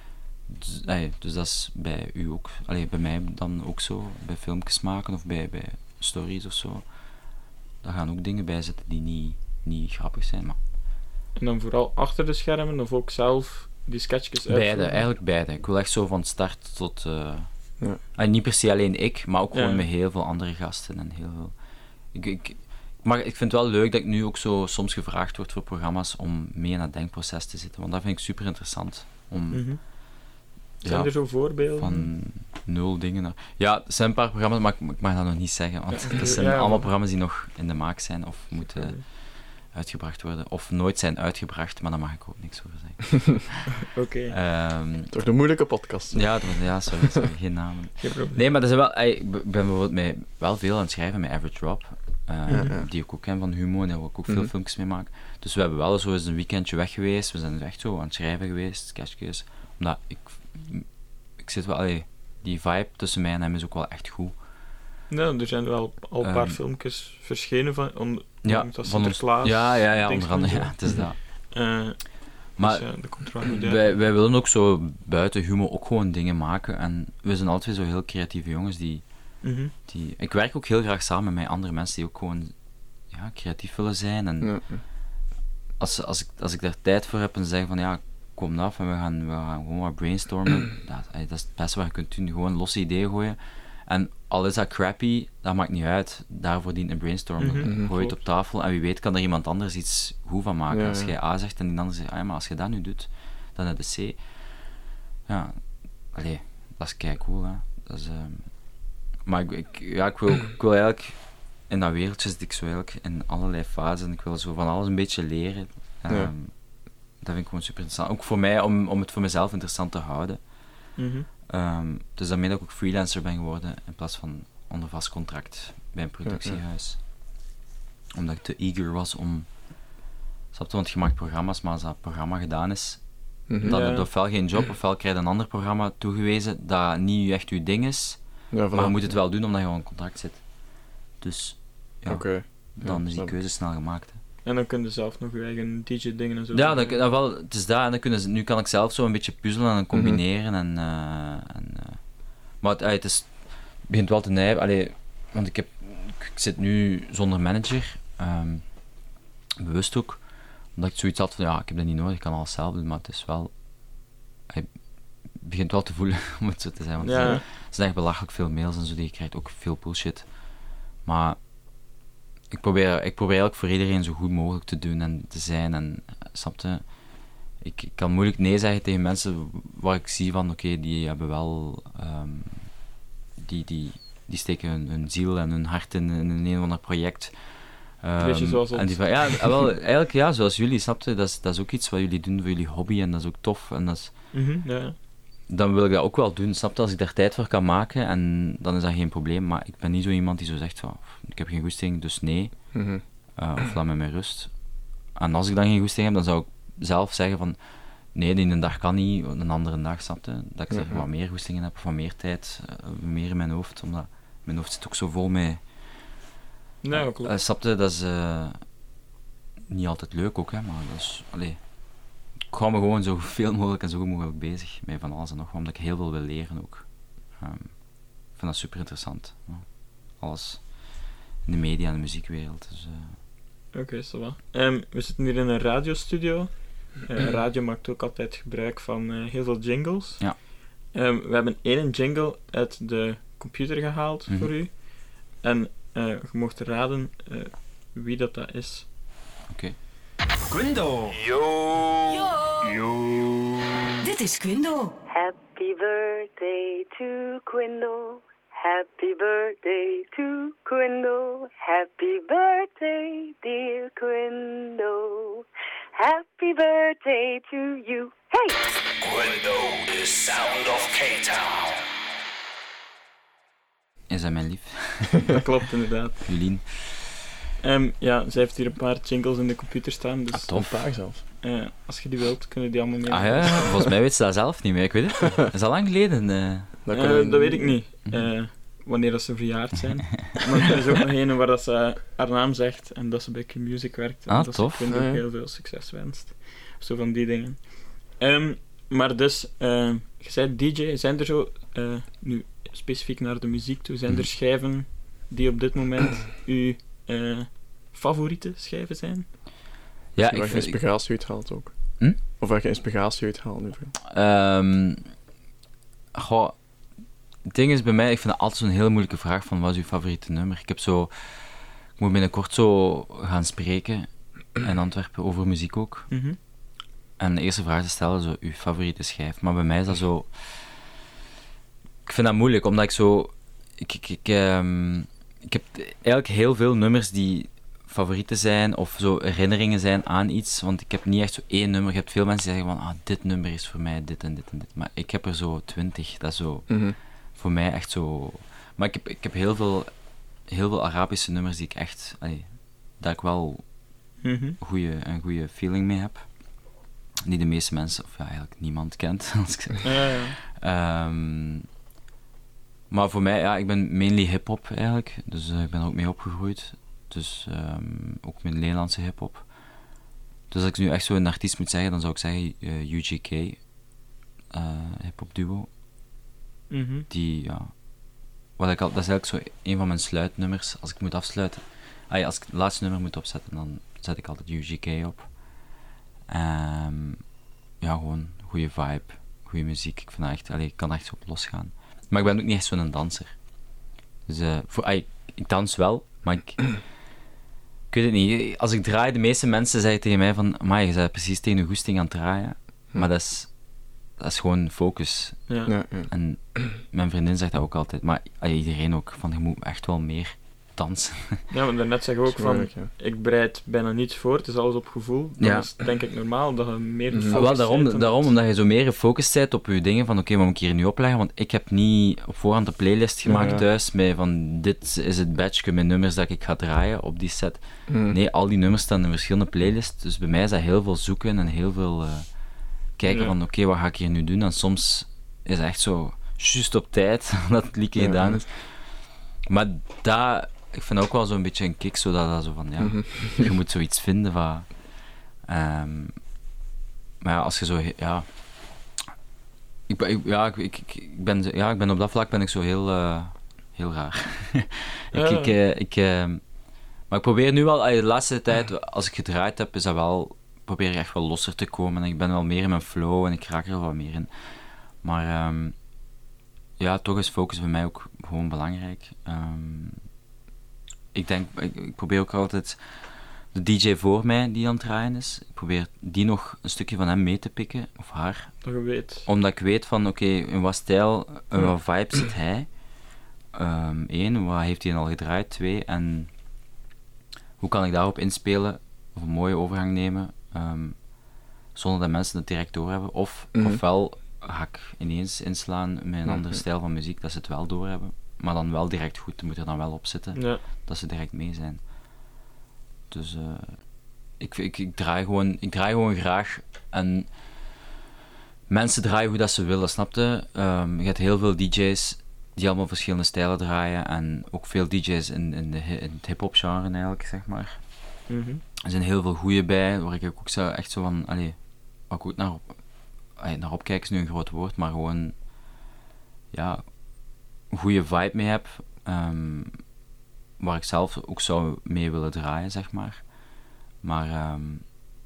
Dus, ey, dus dat is bij u ook, allee, bij mij dan ook zo, bij filmpjes maken of bij, bij stories of zo. Daar gaan ook dingen bij zitten die niet, niet grappig zijn, maar En dan vooral achter de schermen of ook zelf die sketchjes beide, uitvoeren? eigenlijk beide. Ik wil echt zo van start tot... eh, Ja. ah, niet per se alleen ik, maar ook Ja. gewoon met heel veel andere gasten en heel veel... Ik, ik, maar ik vind het wel leuk dat ik nu ook zo soms gevraagd word voor programma's om mee in dat denkproces te zitten, want dat vind ik super interessant. Om Mhm. Zijn ja, er zo voorbeelden? van nul dingen naar... Ja, er zijn een paar programma's, maar ik, ik mag dat nog niet zeggen, want Ja. dat zijn Ja, allemaal maar- programma's die nog in de maak zijn of moeten Oké. uitgebracht worden, of nooit zijn uitgebracht, maar daar mag ik ook niks over zeggen. Oké, Ehm, Toch een moeilijke podcast. ja, dat was- ja, sorry, sorry, geen namen. geen probleem. Nee, maar er zijn wel, ey, ik ben bijvoorbeeld met, wel veel aan het schrijven met Average Rob, eh, Ja, ja. die ik ook ken van Humo en daar wil ik ook veel Mhm. filmpjes mee maken. Dus we hebben wel zo eens een weekendje weg geweest, we zijn echt zo aan het schrijven geweest, sketchjes, omdat ik, ik zit wel, ey, die vibe tussen mij en hem is ook wel echt goed. Nou, er zijn wel al een paar Ehm, filmpjes verschenen van, om, Ja, om dat van ons, Sinterklaas. ja, ja, ja, dings onder andere, en ja, zo. het is dat. Eh, Maar dus, ja, dat komt er wel goed uit. wij, wij willen ook zo buiten Humo ook gewoon dingen maken en we zijn altijd zo heel creatieve jongens die Mhm. Die, ik werk ook heel graag samen met andere mensen die ook gewoon ja, creatief willen zijn. En Ja. als, als, ik, als ik daar tijd voor heb en zeg van ja, kom af en we gaan, we gaan gewoon wat brainstormen, dat, dat is het beste wat je kunt doen, gewoon losse ideeën gooien. En al is dat crappy, dat maakt niet uit, daarvoor dient een brainstorm. Mhm, Gooi het op tafel en wie weet kan er iemand anders iets goed van maken. Ja, Als ja. jij A zegt en die ander zegt, ah ja, maar als je dat nu doet, dan heb je C. Ja, allee, dat is kei cool, hè. Dat is, ehm, maar ik, ik, ja, ik, wil, ik wil eigenlijk, in dat wereldje zit ik zo eigenlijk in allerlei fases en ik wil zo van alles een beetje leren. Ehm, Ja. Dat vind ik gewoon super interessant. Ook voor mij, om, om het voor mezelf interessant te houden. Mhm. Um, dus daarmee dat ik ook freelancer ben geworden in plaats van onder vast contract bij een productiehuis. Omdat ik te eager was om... Snap je, want je maakt programma's, maar als dat programma gedaan is, Mhm. dan Ja. heb je ofwel geen job, ofwel krijg je een ander programma toegewezen dat niet echt je ding is, Ja, maar je moet het wel doen omdat je al in contract zit. Dus ja, Oké. dan is die snap. keuze snel gemaakt. Hè. En dan kun je zelf nog je eigen D J-dingen en zo Ja, doen, dat, hè. dat wel, het is dat. En dan kunnen ze, nu kan ik zelf zo een beetje puzzelen en combineren. En, eh, en, eh, maar het, eh, het, is, het begint wel te nijpen. Allee, want ik, heb, ik zit nu zonder manager. ehm, bewust ook. Omdat ik zoiets had van, ja, ik heb dat niet nodig, ik kan alles zelf doen. Maar het is wel... Het begint wel te voelen, om het zo te zijn. Want Ja. het zijn echt belachelijk veel mails en zo die je krijgt. Ook veel bullshit. Maar... Ik probeer, ik probeer eigenlijk voor iedereen zo goed mogelijk te doen en te zijn. En uh, snap je? Ik, ik kan moeilijk nee zeggen tegen mensen waar ik zie van, oké, okay, die hebben wel... Um, die, die, die steken hun, hun ziel en hun hart in, in een of ander project. Um, Beetje zoals ons. en die van, ja, wel, eigenlijk ja, zoals jullie, snap je? Dat is, dat is ook iets wat jullie doen voor jullie hobby en dat is ook tof. En dat is, Mhm, ja. dan wil ik dat ook wel doen, snap je? Als ik daar tijd voor kan maken, en dan is dat geen probleem. Maar ik ben niet zo iemand die zo zegt van, ik heb geen goesting, dus nee. Mhm. Uh, of laat me met rust. En als ik dan geen goesting heb, dan zou ik zelf zeggen van, nee, die ene dag kan niet, een andere dag, snap je? Dat ik zeg, Mhm. wat meer goestingen heb, of wat meer tijd, uh, meer in mijn hoofd, omdat mijn hoofd zit ook zo vol met... Ja, klopt. Uh, snap je, dat is uh, niet altijd leuk ook, hè, maar dat is, allee, ik hou me gewoon zo veel mogelijk en zo goed mogelijk bezig met van alles en nog wat, omdat ik heel veel wil leren ook. Um, ik vind dat super interessant. Ja. Alles in de media en de muziekwereld. Dus, uh... Oké, okay, ça va. Um, we zitten hier in een radiostudio. Uh, radio maakt ook altijd gebruik van uh, heel veel jingles. Ja. Um, we hebben één jingle uit de computer gehaald Mm-hmm. voor u. En uh, je mocht raden uh, wie dat, dat is. Oké. Okay. Quindo. Yo. Yo. Yo. Dit is Quindo. Happy birthday to Quindo. Happy birthday to Quindo. Happy birthday, dear Quindo. Happy birthday to you. Hey! Quindo, the sound of K-Town. Is dat mijn lief? Dat klopt inderdaad. Julien. Um, ja, zij heeft hier een paar jingles in de computer staan. Dus Ah, tof. Een paar zelfs. uh, als je die wilt, kunnen die allemaal mee. Ah ja, volgens mij weet ze dat zelf niet meer, ik weet het. Dat is al lang geleden. Uh... Dat, Uh, kan dat weet ik niet. Uh, wanneer dat ze verjaard zijn. Maar er is ook nog een waar dat ze haar naam zegt en dat ze bij Q-Music werkt. En Ah, dat tof. ze Quindo Ja, ja. heel veel succes wenst. Zo van die dingen. Um, maar dus, uh, je zei D J, zijn er zo, uh, nu specifiek naar de muziek toe, zijn er Mhm. schijven die op dit moment uw uh, favoriete schijven zijn? Ja, waar ik je vind... inspiratie uit haalt ook. Hm? Of waar je inspiratie uit haalt nu. Um, goh, het ding is bij mij, ik vind dat altijd zo'n heel moeilijke vraag van wat is uw favoriete nummer. Ik heb zo, ik moet binnenkort zo gaan spreken in Antwerpen over muziek ook. Mm-hmm. En de eerste vraag te stellen is zo, uw favoriete schijf. Maar bij mij is dat zo, ik vind dat moeilijk, omdat ik zo, ik, ik, ik, um, ik heb eigenlijk heel veel nummers die favorieten zijn of zo herinneringen zijn aan iets, want ik heb niet echt zo één nummer. Je hebt veel mensen die zeggen van, ah, dit nummer is voor mij dit en dit en dit. Maar ik heb er zo twintig, dat is zo, Mm-hmm. voor mij echt zo... Maar ik heb, ik heb heel veel, heel veel Arabische nummers die ik echt, allee, daar ik wel Mm-hmm. goeie, een goede feeling mee heb. Die de meeste mensen, of ja, eigenlijk niemand kent, als ik zeg. Ja, ja. Um, maar voor mij, ja, ik ben mainly hip-hop eigenlijk, dus uh, ik ben er ook mee opgegroeid. Dus um, ook met Nederlandse hip-hop. Dus als ik nu echt zo een artiest moet zeggen, dan zou ik zeggen uh, U G K, uh, hip-hop duo. Mm-hmm. Die, ja, wat ik al, dat is eigenlijk zo een van mijn sluitnummers. Als ik moet afsluiten, ah ja, als ik het laatste nummer moet opzetten, dan zet ik altijd U G K op. Um, ja, gewoon goede vibe, goede muziek. Ik vind dat echt, allee, ik kan er echt zo op losgaan. Maar ik ben ook niet echt zo'n danser. Dus uh, voor, allee, ik dans wel, maar ik... Ik weet het niet. Als ik draai, de meeste mensen zeggen tegen mij van... Amai, je bent precies tegen de goesting aan het draaien. Hm. Maar dat is... Dat is gewoon focus. Ja. Ja, ja. En mijn vriendin zegt dat ook altijd. Maar allee, iedereen ook. Van, je moet echt wel meer dansen. Ja, maar daarnet zeg ik ook van... Ja. Ik bereid bijna niets voor. Het is alles op gevoel. Dan Ja. is het denk ik normaal dat je meer Mhm. gefocust Wel, daarom, bent. daarom, omdat je zo meer gefocust bent op je dingen. Van, oké, okay, wat moet ik hier nu opleggen? Want ik heb niet op voorhand een playlist gemaakt Ja, ja. thuis. Met van, dit is het badge met nummers dat ik ga draaien op die set. Mm. Nee, al die nummers staan in verschillende playlists. Dus bij mij is dat heel veel zoeken en heel veel uh, kijken Ja. van oké, okay, wat ga ik hier nu doen? En soms is het echt zo juist op tijd dat het liedje Ja. gedaan is. Maar dat, ik vind ook wel zo'n beetje een kick, zodat dat zo van ja, Mhm. je moet zoiets vinden van. Um, maar ja, als je zo, ja. Ik, ben- ik, ja, ik, ik, ik ben, ja, ik ben op dat vlak ben ik zo heel, uh, heel raar. ik, Ja. ik, uh, ik, uh, maar ik probeer nu wel, de laatste tijd, als ik gedraaid heb, is dat wel, probeer ik echt wel losser te komen. En ik ben wel meer in mijn flow en ik raak er wel meer in. Maar um, ja, toch is focus bij mij ook gewoon belangrijk. Um, ik denk, ik, ik probeer ook altijd de D J voor mij die aan het draaien is, ik probeer die nog een stukje van hem mee te pikken, of haar. Dat je weet. Omdat ik weet van, oké, okay, in wat stijl, in Ja. wat vibe zit hij? Um, Eén, wat heeft hij al gedraaid? Twee, en hoe kan ik daarop inspelen, of een mooie overgang nemen, um, zonder dat mensen het direct doorhebben? Of, Mhm. ofwel ga ik ineens inslaan met een Mhm. andere stijl van muziek, dat ze het wel doorhebben, maar dan wel direct goed, er moet er dan wel op zitten, Ja. dat ze direct mee zijn. Dus uh, ik, ik, ik, draai gewoon, ik draai gewoon graag en mensen draaien hoe dat ze willen, snapte? Um, je hebt heel veel D J's die allemaal verschillende stijlen draaien en ook veel D J's in, in, de, hi- in het hip-hop genre eigenlijk, zeg maar. Mhm. Er zijn heel veel goeie bij, waar ik ook zo echt zo van, allee, waar ik ook naar op, allee, naar opkijk is nu een groot woord, maar gewoon, ja, een goede vibe mee heb, um, waar ik zelf ook zou mee willen draaien, zeg maar. Maar, um,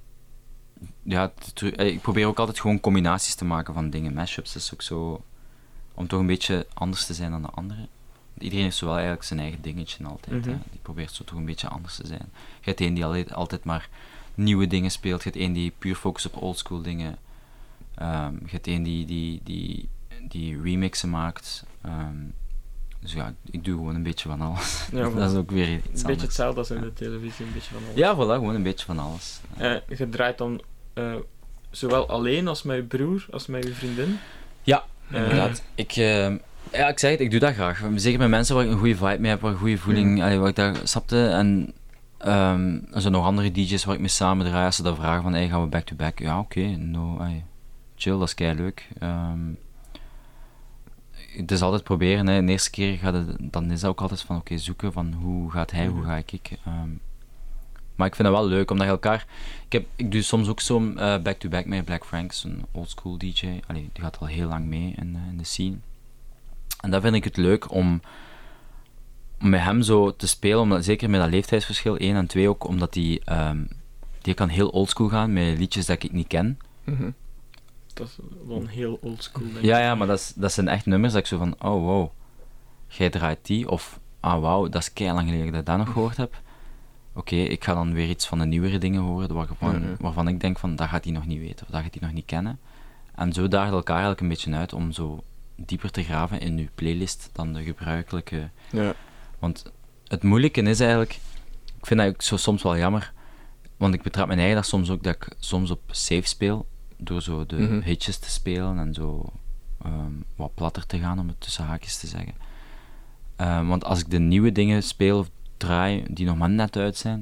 ja, het- het- allee, ik probeer ook altijd gewoon combinaties te maken van dingen. Mashups is ook zo, om toch een beetje anders te zijn dan de anderen. Iedereen heeft zo wel eigenlijk zijn eigen dingetje altijd. Mhm. Hè. Die probeert zo toch een beetje anders te zijn. Je hebt één die altijd, altijd maar nieuwe dingen speelt. Je hebt één die puur focust op oldschool dingen. Um, je hebt één die, die, die, die remixen maakt. Um, dus ja, ik doe gewoon een beetje van alles. Ja, dat is ook weer iets Een beetje anders. hetzelfde als in de televisie, een beetje van alles. Ja, voilà, gewoon een beetje van alles. Eh, je draait dan uh, zowel alleen als met je broer, als met je vriendin. Ja, Eh, inderdaad. Ik, uh, ja, ik zeg het, ik doe dat graag. Zeker met mensen waar ik een goede vibe mee heb, waar ik een goede voeling, Mhm. allee, waar ik daar snapte. En um, er zijn nog andere D J's waar ik mee samen draai. Als ze dan vragen van, hey, gaan we back-to-back? Ja, oké, okay, no, allee, chill, dat is keileuk. Um, het is altijd proberen, hè. De eerste keer gaat het, dan is dat ook altijd van, oké, okay, zoeken van hoe gaat hij, hoe ga ik. Um, maar ik vind dat wel leuk, omdat je elkaar... Ik, heb, ik doe soms ook zo'n uh, back-to-back met Black Franks, een oldschool D J. Allee, die gaat al heel lang mee in, uh, in de scene. En dat vind ik het leuk om, om met hem zo te spelen, omdat, zeker met dat leeftijdsverschil, één en twee ook, omdat die, um, die kan heel oldschool gaan met liedjes dat ik niet ken. Mhm. Dat is wel een heel oldschool, denk ik. Ja, ja, maar dat, is, dat zijn echt nummers dat ik zo van, oh wow, jij draait die, of ah wauw, dat is keilang geleden dat ik dat nog gehoord heb. Oké, okay, ik ga dan weer iets van de nieuwere dingen horen, waarvan, Mhm. waarvan ik denk van, dat gaat hij nog niet weten, of dat gaat hij nog niet kennen. En zo daagt elkaar eigenlijk een beetje uit om zo dieper te graven in uw playlist dan de gebruikelijke. Ja. Want het moeilijke is eigenlijk, ik vind dat ook zo soms wel jammer, want ik betrap mijn eigen daar soms ook dat ik soms op safe speel, door zo de Mhm. hitjes te spelen en zo um, wat platter te gaan, om het tussen haakjes te zeggen. Um, want als ik de nieuwe dingen speel of draai, die nog maar net uit zijn,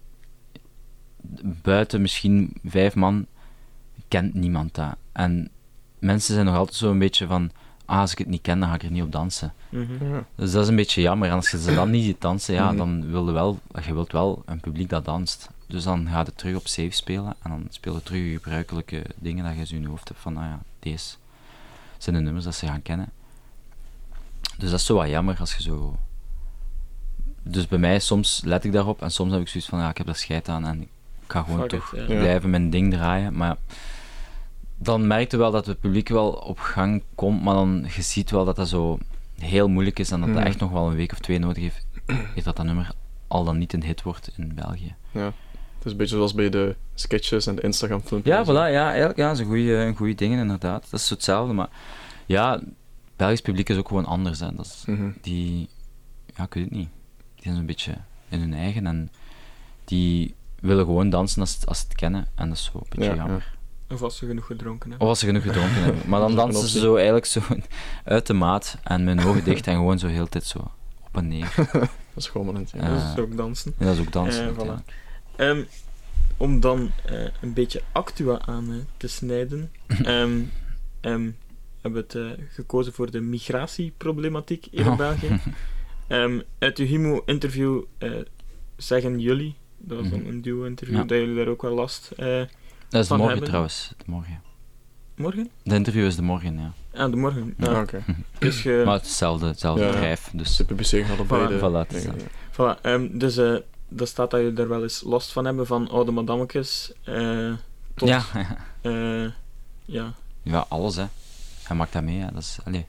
buiten misschien vijf man, kent niemand dat. En mensen zijn nog altijd zo een beetje van, ah, als ik het niet ken, dan ga ik er niet op dansen. Mhm. Ja. Dus dat is een beetje jammer. En als je ze dan niet ziet dansen, ja, Mhm. dan wil je wel, je wilt wel een publiek dat danst. Dus dan gaat het terug op safe spelen en dan speel je terug je gebruikelijke dingen dat je zo in je hoofd hebt van, nou ja, deze zijn de nummers dat ze gaan kennen. Dus dat is zo wat jammer als je zo... Dus bij mij, soms let ik daarop en soms heb ik zoiets van, ja, ik heb er scheid aan en ik ga gewoon Fuck toch it, ja. blijven mijn ding draaien. Maar ja, dan merkte wel dat het publiek wel op gang komt, maar dan je ziet wel dat dat zo heel moeilijk is en dat dat Mhm. echt nog wel een week of twee nodig heeft, heeft dat dat nummer al dan niet een hit wordt in België. Ja. Het is een beetje zoals bij de sketches en de Instagram-filmpjes. Ja, voilà, ja, eigenlijk, ja, dat zijn goede goede dingen inderdaad. Dat is zo hetzelfde, maar ja, het Belgisch publiek is ook gewoon anders. Hè. Dat is, Mhm. die, ja, ik weet het niet. Die zijn zo'n beetje in hun eigen en die willen gewoon dansen als, als ze het kennen en dat is zo een beetje Ja, jammer. Of als ze genoeg gedronken hebben. Of als ze genoeg gedronken hebben. Maar dan Dat is een dansen ze optie. zo eigenlijk zo uit de maat en met hun ogen dicht en gewoon zo heel de tijd zo op en neer. Dat is gewoon maar een Ja. Dat is ook dansen. En dat is ook dansen. Eh, voilà. natuurlijk. Ehm, om dan eh, een beetje actua aan eh, te snijden, ehm, ehm, hebben we het eh, gekozen voor de migratieproblematiek in Oh. België. Ehm, uit uw Himo-interview eh, zeggen jullie, dat was dan Mhm. een duo-interview, Ja. dat jullie daar ook wel last eh, Dat is van morgen hebben. trouwens. De morgen. morgen? De interview is de morgen, ja. Ah, de morgen. Ja, Ja. oké. Dus je, Maar het is hetzelfde, hetzelfde Ja. bedrijf. Dus De P B C gaat op Voilà. beide. Voilà, het is dingen, dat. ja. voilà, ehm, dus eh dat staat dat jullie daar wel eens last van hebben, van oude madammetjes eh, tot... ja. eh, ja. Ja, alles hè. Hij maakt dat mee, hè. Dat is, allee.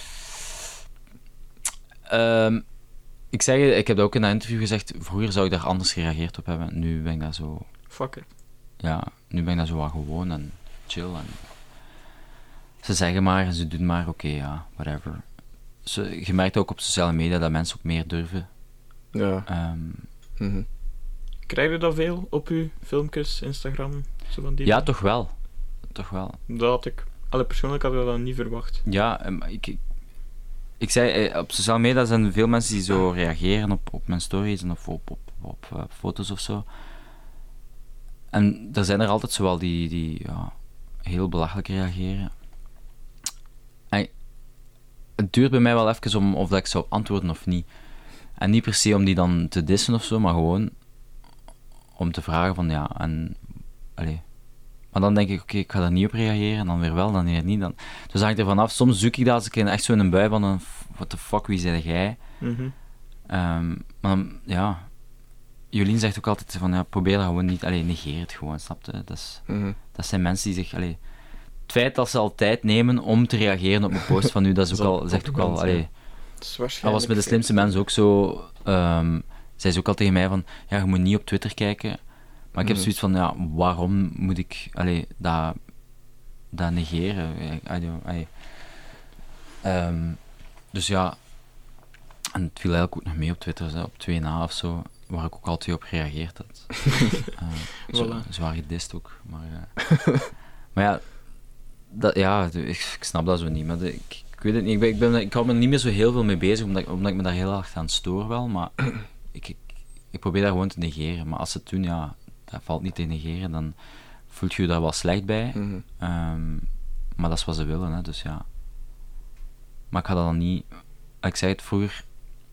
Ehm, ik zeg, je, ik heb dat ook in dat interview gezegd, vroeger zou ik daar anders gereageerd op hebben. Nu ben ik daar zo, Fuck it. ja, nu ben ik daar zo wat gewoon en chill. En ze zeggen maar en ze doen maar, oké, ja, whatever. Ze, je merkt ook op sociale media dat mensen ook meer durven. Ja. Ehm, Mhm. Krijg je dat veel op uw filmpjes, Instagram, zo van die ja, dingen? toch wel. Toch wel. Dat had ik... Allee, persoonlijk had ik dat niet verwacht. Ja, ehm, ik, ik, ik zei, eh, op sociale media zijn veel mensen die zo reageren op, op mijn stories en of op, op, op, eh, foto's of zo. En er zijn er altijd zowel die, die ja, heel belachelijk reageren. En het duurt bij mij wel even om of dat ik zou antwoorden of niet. En niet per se om die dan te dissen of zo, maar gewoon om te vragen van ja, en... Allee. Maar dan denk ik, oké, ik ga daar niet op reageren, en dan weer wel, dan weer niet. Dan... Dus hangt er vanaf. Soms zoek ik dat als ik in- echt zo in een bui van, een, what the fuck, wie zei jij? Mhm. Ehm, maar dan, ja, Jolien zegt ook altijd van, ja, probeer dat gewoon niet, allee, negeer het gewoon, snap je? Dat, is, Mhm. dat zijn mensen die zich, allee, het feit dat ze al tijd nemen om te reageren op een post van u, dat is ook Dat is al, zegt ook al, compliment, allee, Dat is dat waarschijnlijk... was met de slimste mensen ook zo, ehm zei ze ook al tegen mij van, ja, je moet niet op Twitter kijken. Maar ik heb Mhm. zoiets van, ja, waarom moet ik allee, dat, dat negeren? I don't- allee. Ehm, dus ja, en het viel eigenlijk ook nog mee op Twitter, zo, op twee na of zo, waar ik ook al twee op gereageerd had. uh, zo, Voilà. Zwaar gedist ook. Maar, eh, maar ja, dat, ja ik, ik snap dat zo niet. Maar de, ik, ik weet het niet, ik, ben, ik, ben, ik hou me niet meer zo heel veel mee bezig, omdat, ik- omdat ik me daar heel erg aan stoor wel. Maar ik, ik, ik probeer dat gewoon te negeren. Maar als ze het doen, ja, dat valt niet te negeren, dan voelt je je daar wel slecht bij. Mhm. Ehm, maar dat is wat ze willen, hè, dus ja. Maar ik ga dat dan niet... Ik zei het vroeger,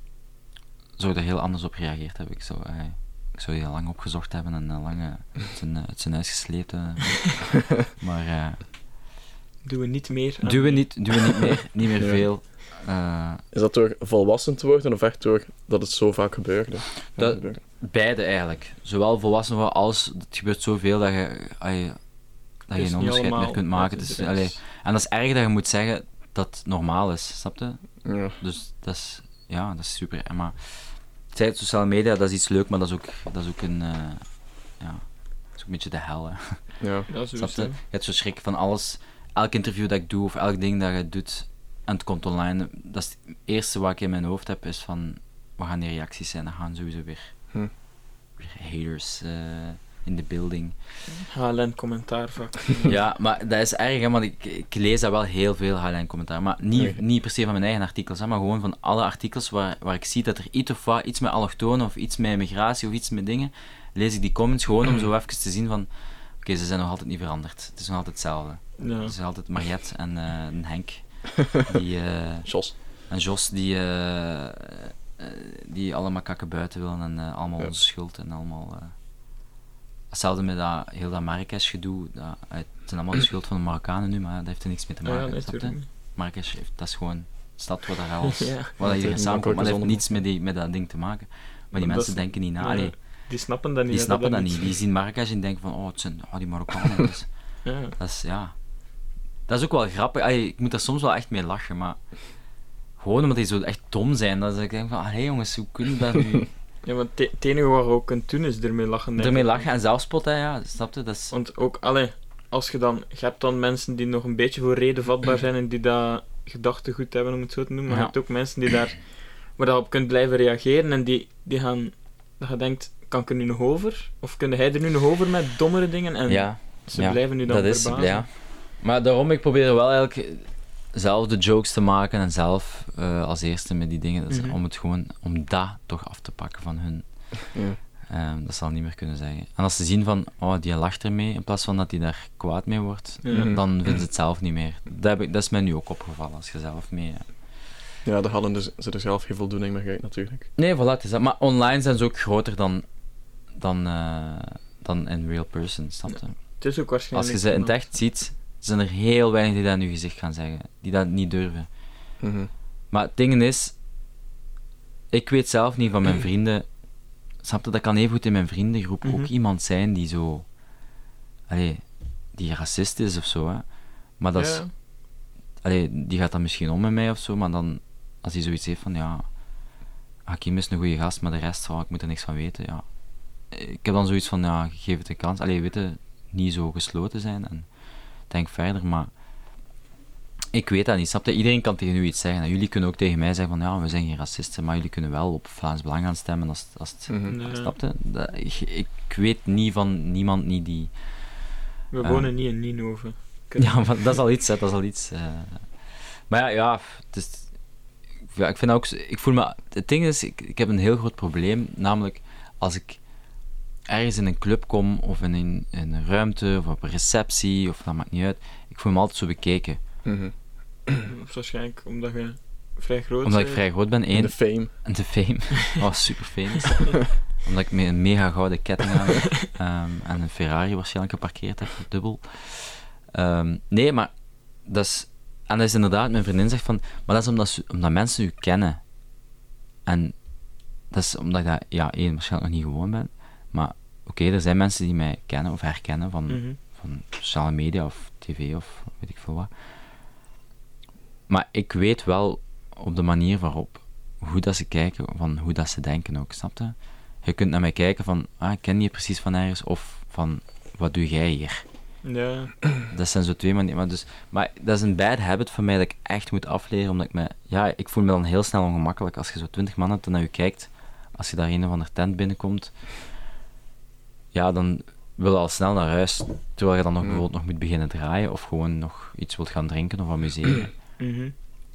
zou ik er heel anders op gereageerd hebben. Ik zou, eh, ik zou heel lang opgezocht hebben en uh, lang uh, uit, zijn, uh, uit zijn huis geslepen. Maar uh, Doen we niet meer aan doen we die- niet, doen we niet meer, niet meer Ja. veel. Uh, Is dat door volwassen te worden of echt door dat het zo vaak gebeurde? Dat- gebeurde? beide eigenlijk. Zowel volwassenen worden als... Het gebeurt zoveel dat je, dat je, dat je is geen niet onderscheid meer allemaal kunt maken. uit Dus, de allee, grens. en dat is erg dat je moet zeggen dat het normaal is, snap je? Ja. Dus dat is, ja, dat is super. En Maar ik zei het, sociale media, dat is iets leuk, maar dat is ook, dat is ook een, uh, ja, dat is ook een beetje de hel, hè. Ja. Ja, Snap je? sowieso. Je hebt zo schrik van alles, elk interview dat ik doe of elk ding dat je doet en het komt online, dat is het eerste wat ik in mijn hoofd heb, is van, wat gaan die reacties zijn? Dan gaan sowieso weer, Hm. weer haters uh, in de building. H L N-commentaarvak. Ja, maar dat is erg, hè, want ik, ik lees dat wel heel veel, H L N-commentaar. Maar niet, Nee. niet per se van mijn eigen artikels, hè, maar gewoon van alle artikels waar, waar ik zie dat er iets of wat, iets met allochtonen of iets met migratie of iets met dingen, lees ik die comments gewoon om zo even te zien van, oké, ze zijn nog altijd niet veranderd. Het is nog altijd hetzelfde. Ja. Het is altijd Mariette en, uh, en Henk, die, uh, Jos. en Jos, die, uh, uh, die allemaal kakken buiten willen en uh, allemaal Ja. onze schuld en allemaal... Uh, Hetzelfde met dat, heel dat Marrakesh-gedoe. Dat, het zijn allemaal de schuld van de Marokkanen nu, maar dat heeft er niks mee te Ja, maken. nee, snap je? tuurlijk. Marrakesh, heeft, dat is gewoon een stad waar daar alles, Ja. waar dat iedereen een samenkomt, maar dat heeft makkelijke niets met, die, met dat ding te maken. Maar die Maar dat mensen is- denken niet na. ja. Allee, Die snappen dat niet. Die hè, snappen dat niet. niet. Die zien Marrakesh en denken van, oh, het zijn oh, die Marokkanen. Dus, Ja. dat is, ja... Dat is ook wel grappig. Allee, ik moet daar soms wel echt mee lachen, maar... Gewoon omdat die zo echt dom zijn. Dat ik denk van, hé jongens, hoe kunnen we dat nu... Ja, maar het het enige wat je ook kunt doen is ermee lachen. denk Ermee ik. lachen en zelfspotten, ja. Snap je? Dat is... Want ook, allee, als je dan... Je hebt dan mensen die nog een beetje voor reden vatbaar zijn en die dat gedachtegoed hebben, om het zo te noemen. Maar Ja. je hebt ook mensen die daar... Waar je op kunt blijven reageren en die, die gaan... Dat je denkt, kan ik er nu nog over? Of kun hij er nu nog over met dommere dingen? En Ja, ze ja, blijven nu dan dat is... verbazen. Ja. Maar daarom, ik probeer wel eigenlijk zelf de jokes te maken en zelf uh, als eerste met die dingen. Dat is, Mhm. Om het gewoon... Om dat toch af te pakken van hun. Ja. Um, dat zal niet meer kunnen zeggen. En als ze zien van, oh, die lacht ermee, in plaats van dat hij daar kwaad mee wordt, Ja. Mhm. dan vinden ze het zelf niet meer. Dat, heb ik, dat is mij nu ook opgevallen, als je zelf mee... Uh... Ja, daar hadden dus, ze er zelf geen voldoening meer uit, natuurlijk. Nee, voilà, het is dat. Maar online zijn ze ook groter dan, dan, uh, dan in real person, snap je? Het is ook waarschijnlijk... Als je ze in het echt ziet, zijn er heel weinig die dat in je gezicht gaan zeggen. Die dat niet durven. Mhm. Maar het ding is, ik weet zelf niet van mijn vrienden... Snap je, dat kan even goed in mijn vriendengroep Mhm. ook iemand zijn die zo... Allee, die racist is of zo, hè. Maar dat is... Ja. Allee, die gaat dan misschien om met mij of zo, maar dan... Als hij zoiets heeft van, ja... Hakim is een goede gast, maar de rest, oh, ik moet er niks van weten, ja. Ik heb dan zoiets van, ja, geef het een kans. Allee, weet je, niet zo gesloten zijn en denk verder, maar... Ik weet dat niet, snap je? Iedereen kan tegen u iets zeggen. En jullie kunnen ook tegen mij zeggen van, ja, we zijn geen racisten, maar jullie kunnen wel op Vlaams Belang gaan stemmen als, als het... Mhm. Nee. Snap je? Dat, ik, ik weet niet van niemand niet die... We Uh, wonen niet in Ninove. Ja, maar dat is al iets, hè. Dat is al iets. Uh... Maar ja, ja, het is... Ja, ik vind ook... Ik voel me... Het ding is, ik, ik heb een heel groot probleem, namelijk als ik ergens in een club kom, of in een, in een ruimte, of op een receptie, of dat maakt niet uit, ik voel me altijd zo bekeken. Mhm. Of waarschijnlijk omdat je vrij groot Omdat ik bent. vrij groot ben, En één. de fame. En de fame. Oh, super famous. Omdat ik me een mega gouden ketting aan heb. Um, en een Ferrari waarschijnlijk geparkeerd heb, dubbel. Um, nee, maar dat is... En dat is inderdaad, mijn vriendin zegt van... Maar dat is omdat, ze, omdat mensen u kennen. En dat is omdat ik dat... Ja, één, waarschijnlijk nog niet gewoon ben. Maar oké, okay, er zijn mensen die mij kennen of herkennen van, Mhm. van sociale media of tv of weet ik veel wat. Maar ik weet wel op de manier waarop, hoe dat ze kijken, van hoe dat ze denken ook, snap je? Je kunt naar mij kijken van, ah, ik ken je precies van ergens, of van, wat doe jij hier? Ja. Dat zijn zo twee manieren, maar, dus, maar dat is een bad habit van mij dat ik echt moet afleren, omdat ik me, ja, ik voel me dan heel snel ongemakkelijk als je zo twintig man hebt en naar je kijkt, als je daar een of ander tent binnenkomt, ja, dan wil je al snel naar huis, terwijl je dan nog Mm. bijvoorbeeld nog moet beginnen draaien, of gewoon nog iets wilt gaan drinken of amuseren. Mhm.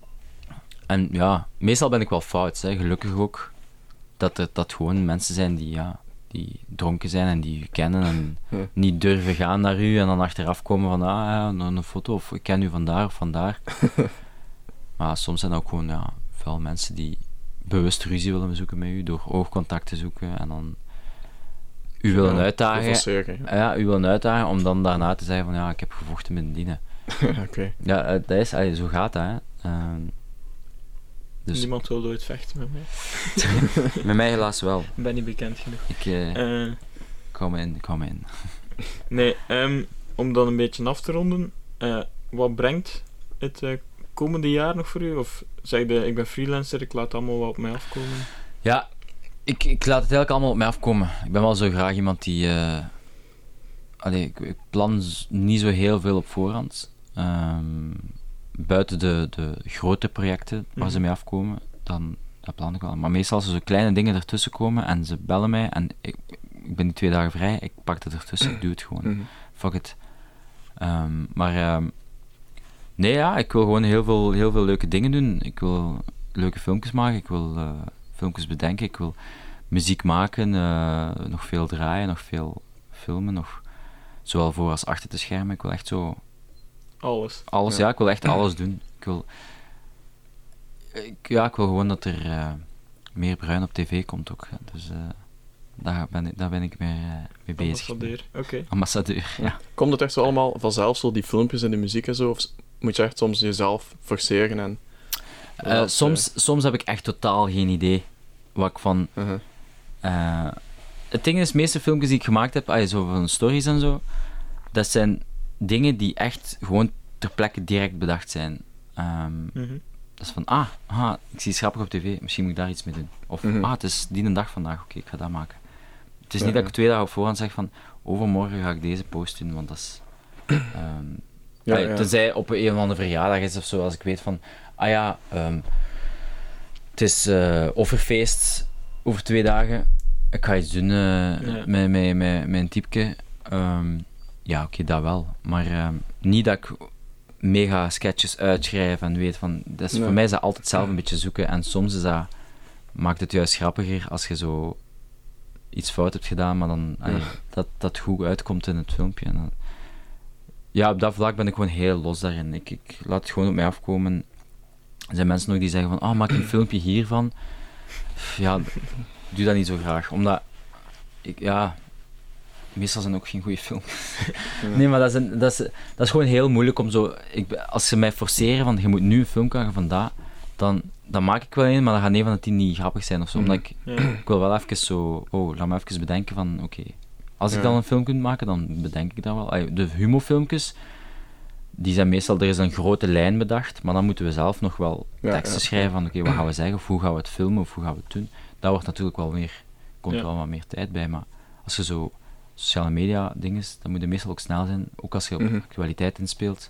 En ja, meestal ben ik wel fout, hè. Gelukkig ook. Dat er dat gewoon mensen zijn die, ja, die dronken zijn en die u kennen en Ja. niet durven gaan naar u en dan achteraf komen van, ah ja, een, een foto of ik ken u vandaar of vandaar. Maar soms zijn dat ook gewoon, ja, veel mensen die bewust ruzie willen zoeken met u, door oogcontact te zoeken en dan u willen Ja, uitdagen. provoceren, ja. Ja, u willen uitdagen om dan daarna te zeggen van, ja, ik heb gevochten met een dienen. Oké. Ja, eh, dat is, allee, zo gaat dat, hè. Ehm, dus Niemand wil ooit vechten met mij. met mij helaas wel. Ik ben niet bekend genoeg. Ik uh, Eh, kom me in, kom me in. nee, um, om dan een beetje af te ronden. Uh, wat brengt het uh, komende jaar nog voor u? Of zeg je, ik ben freelancer, ik laat allemaal wat op mij afkomen? Ja, ik, ik laat het eigenlijk allemaal op mij afkomen. Ik ben wel zo graag iemand die... Uh, allee, ik, ik plan z- niet zo heel veel op voorhand. Um, buiten de, de grote projecten waar ze Mhm. mee afkomen, dan dat plan ik wel. Maar meestal als er zo kleine dingen ertussen komen en ze bellen mij en ik, ik ben die twee dagen vrij, ik pak het ertussen, ik doe het gewoon. Mhm. Fuck it. Um, maar um, nee, ja, ik wil gewoon heel veel, heel veel leuke dingen doen. Ik wil leuke filmpjes maken, ik wil uh, filmpjes bedenken, ik wil muziek maken, uh, nog veel draaien, nog veel filmen, nog zowel voor als achter de schermen. Ik wil echt zo Alles. alles, Ja. ja, ik wil echt alles doen. Ik wil, ik, ja, ik wil gewoon dat er uh, meer bruin op tv komt ook. Hè. Dus uh, daar, ben ik, daar ben ik mee, uh, mee bezig. Ambassadeur, oké. Ambassadeur, ja. Komt het echt zo allemaal vanzelf, zo die filmpjes en de muziek en zo? Of s- moet je echt soms jezelf forceren en... Uh, dat, soms, soms heb ik echt totaal geen idee wat ik van... uh, uh-huh. Uh, het ding is, de meeste filmpjes die ik gemaakt heb, ah, zo van stories en zo, dat zijn dingen die echt gewoon ter plekke direct bedacht zijn. Um, Mhm. Dat is van, ah, ah, ik zie iets grappig op tv, misschien moet ik daar iets mee doen. Of, Mhm. ah, het is die een dag vandaag, oké, ik ga dat maken. Het is Ja, niet dat ja. ik twee dagen op voorhand zeg van, overmorgen ga ik deze post doen, want dat is... Um, Ja, allee, ja. Tenzij op een of andere verjaardag is of zo, als ik weet van, ah ja, um, het is uh, offerfeest over twee dagen, ik ga iets doen uh, Ja. met, met, met, met een typeke. Um, ja, oké, dat wel. Maar um, niet dat ik mega sketches uitschrijf en weet van, dat is, Nee. voor mij is dat altijd zelf een beetje zoeken en soms is dat, maakt het juist grappiger als je zo iets fout hebt gedaan, maar dan allee, Ja. dat dat goed uitkomt in het filmpje. En dan, ja, op dat vlak ben ik gewoon heel los daarin. Ik, ik laat het gewoon op mij afkomen. Er zijn mensen nog die zeggen van, ah, maak een filmpje hiervan. Ja, ik doe dat niet zo graag, omdat ik, ja, meestal zijn ook geen goede films. Ja. Nee, maar dat is, een, dat, is, dat is gewoon heel moeilijk om zo... Ik, als ze mij forceren van, je moet nu een film krijgen van dat, dan, dan maak ik wel een, maar dan gaat negen van de tien niet grappig zijn of zo. Mhm. Omdat ik, Ja. ik wil wel even zo... Oh, laat me even bedenken van, oké, als ik Ja. dan een film kan maken, dan bedenk ik dat wel. Allee, de humorfilmpjes, die zijn meestal... Er is een grote lijn bedacht, maar dan moeten we zelf nog wel Ja, teksten ja. schrijven van, oké, wat gaan we zeggen, of hoe gaan we het filmen, of hoe gaan we het doen. Daar wordt natuurlijk wel meer... Komt Ja. wel wat meer tijd bij, maar als je zo sociale media dingen, dan moet je meestal ook snel zijn, ook als je op Mhm. actualiteit inspeelt.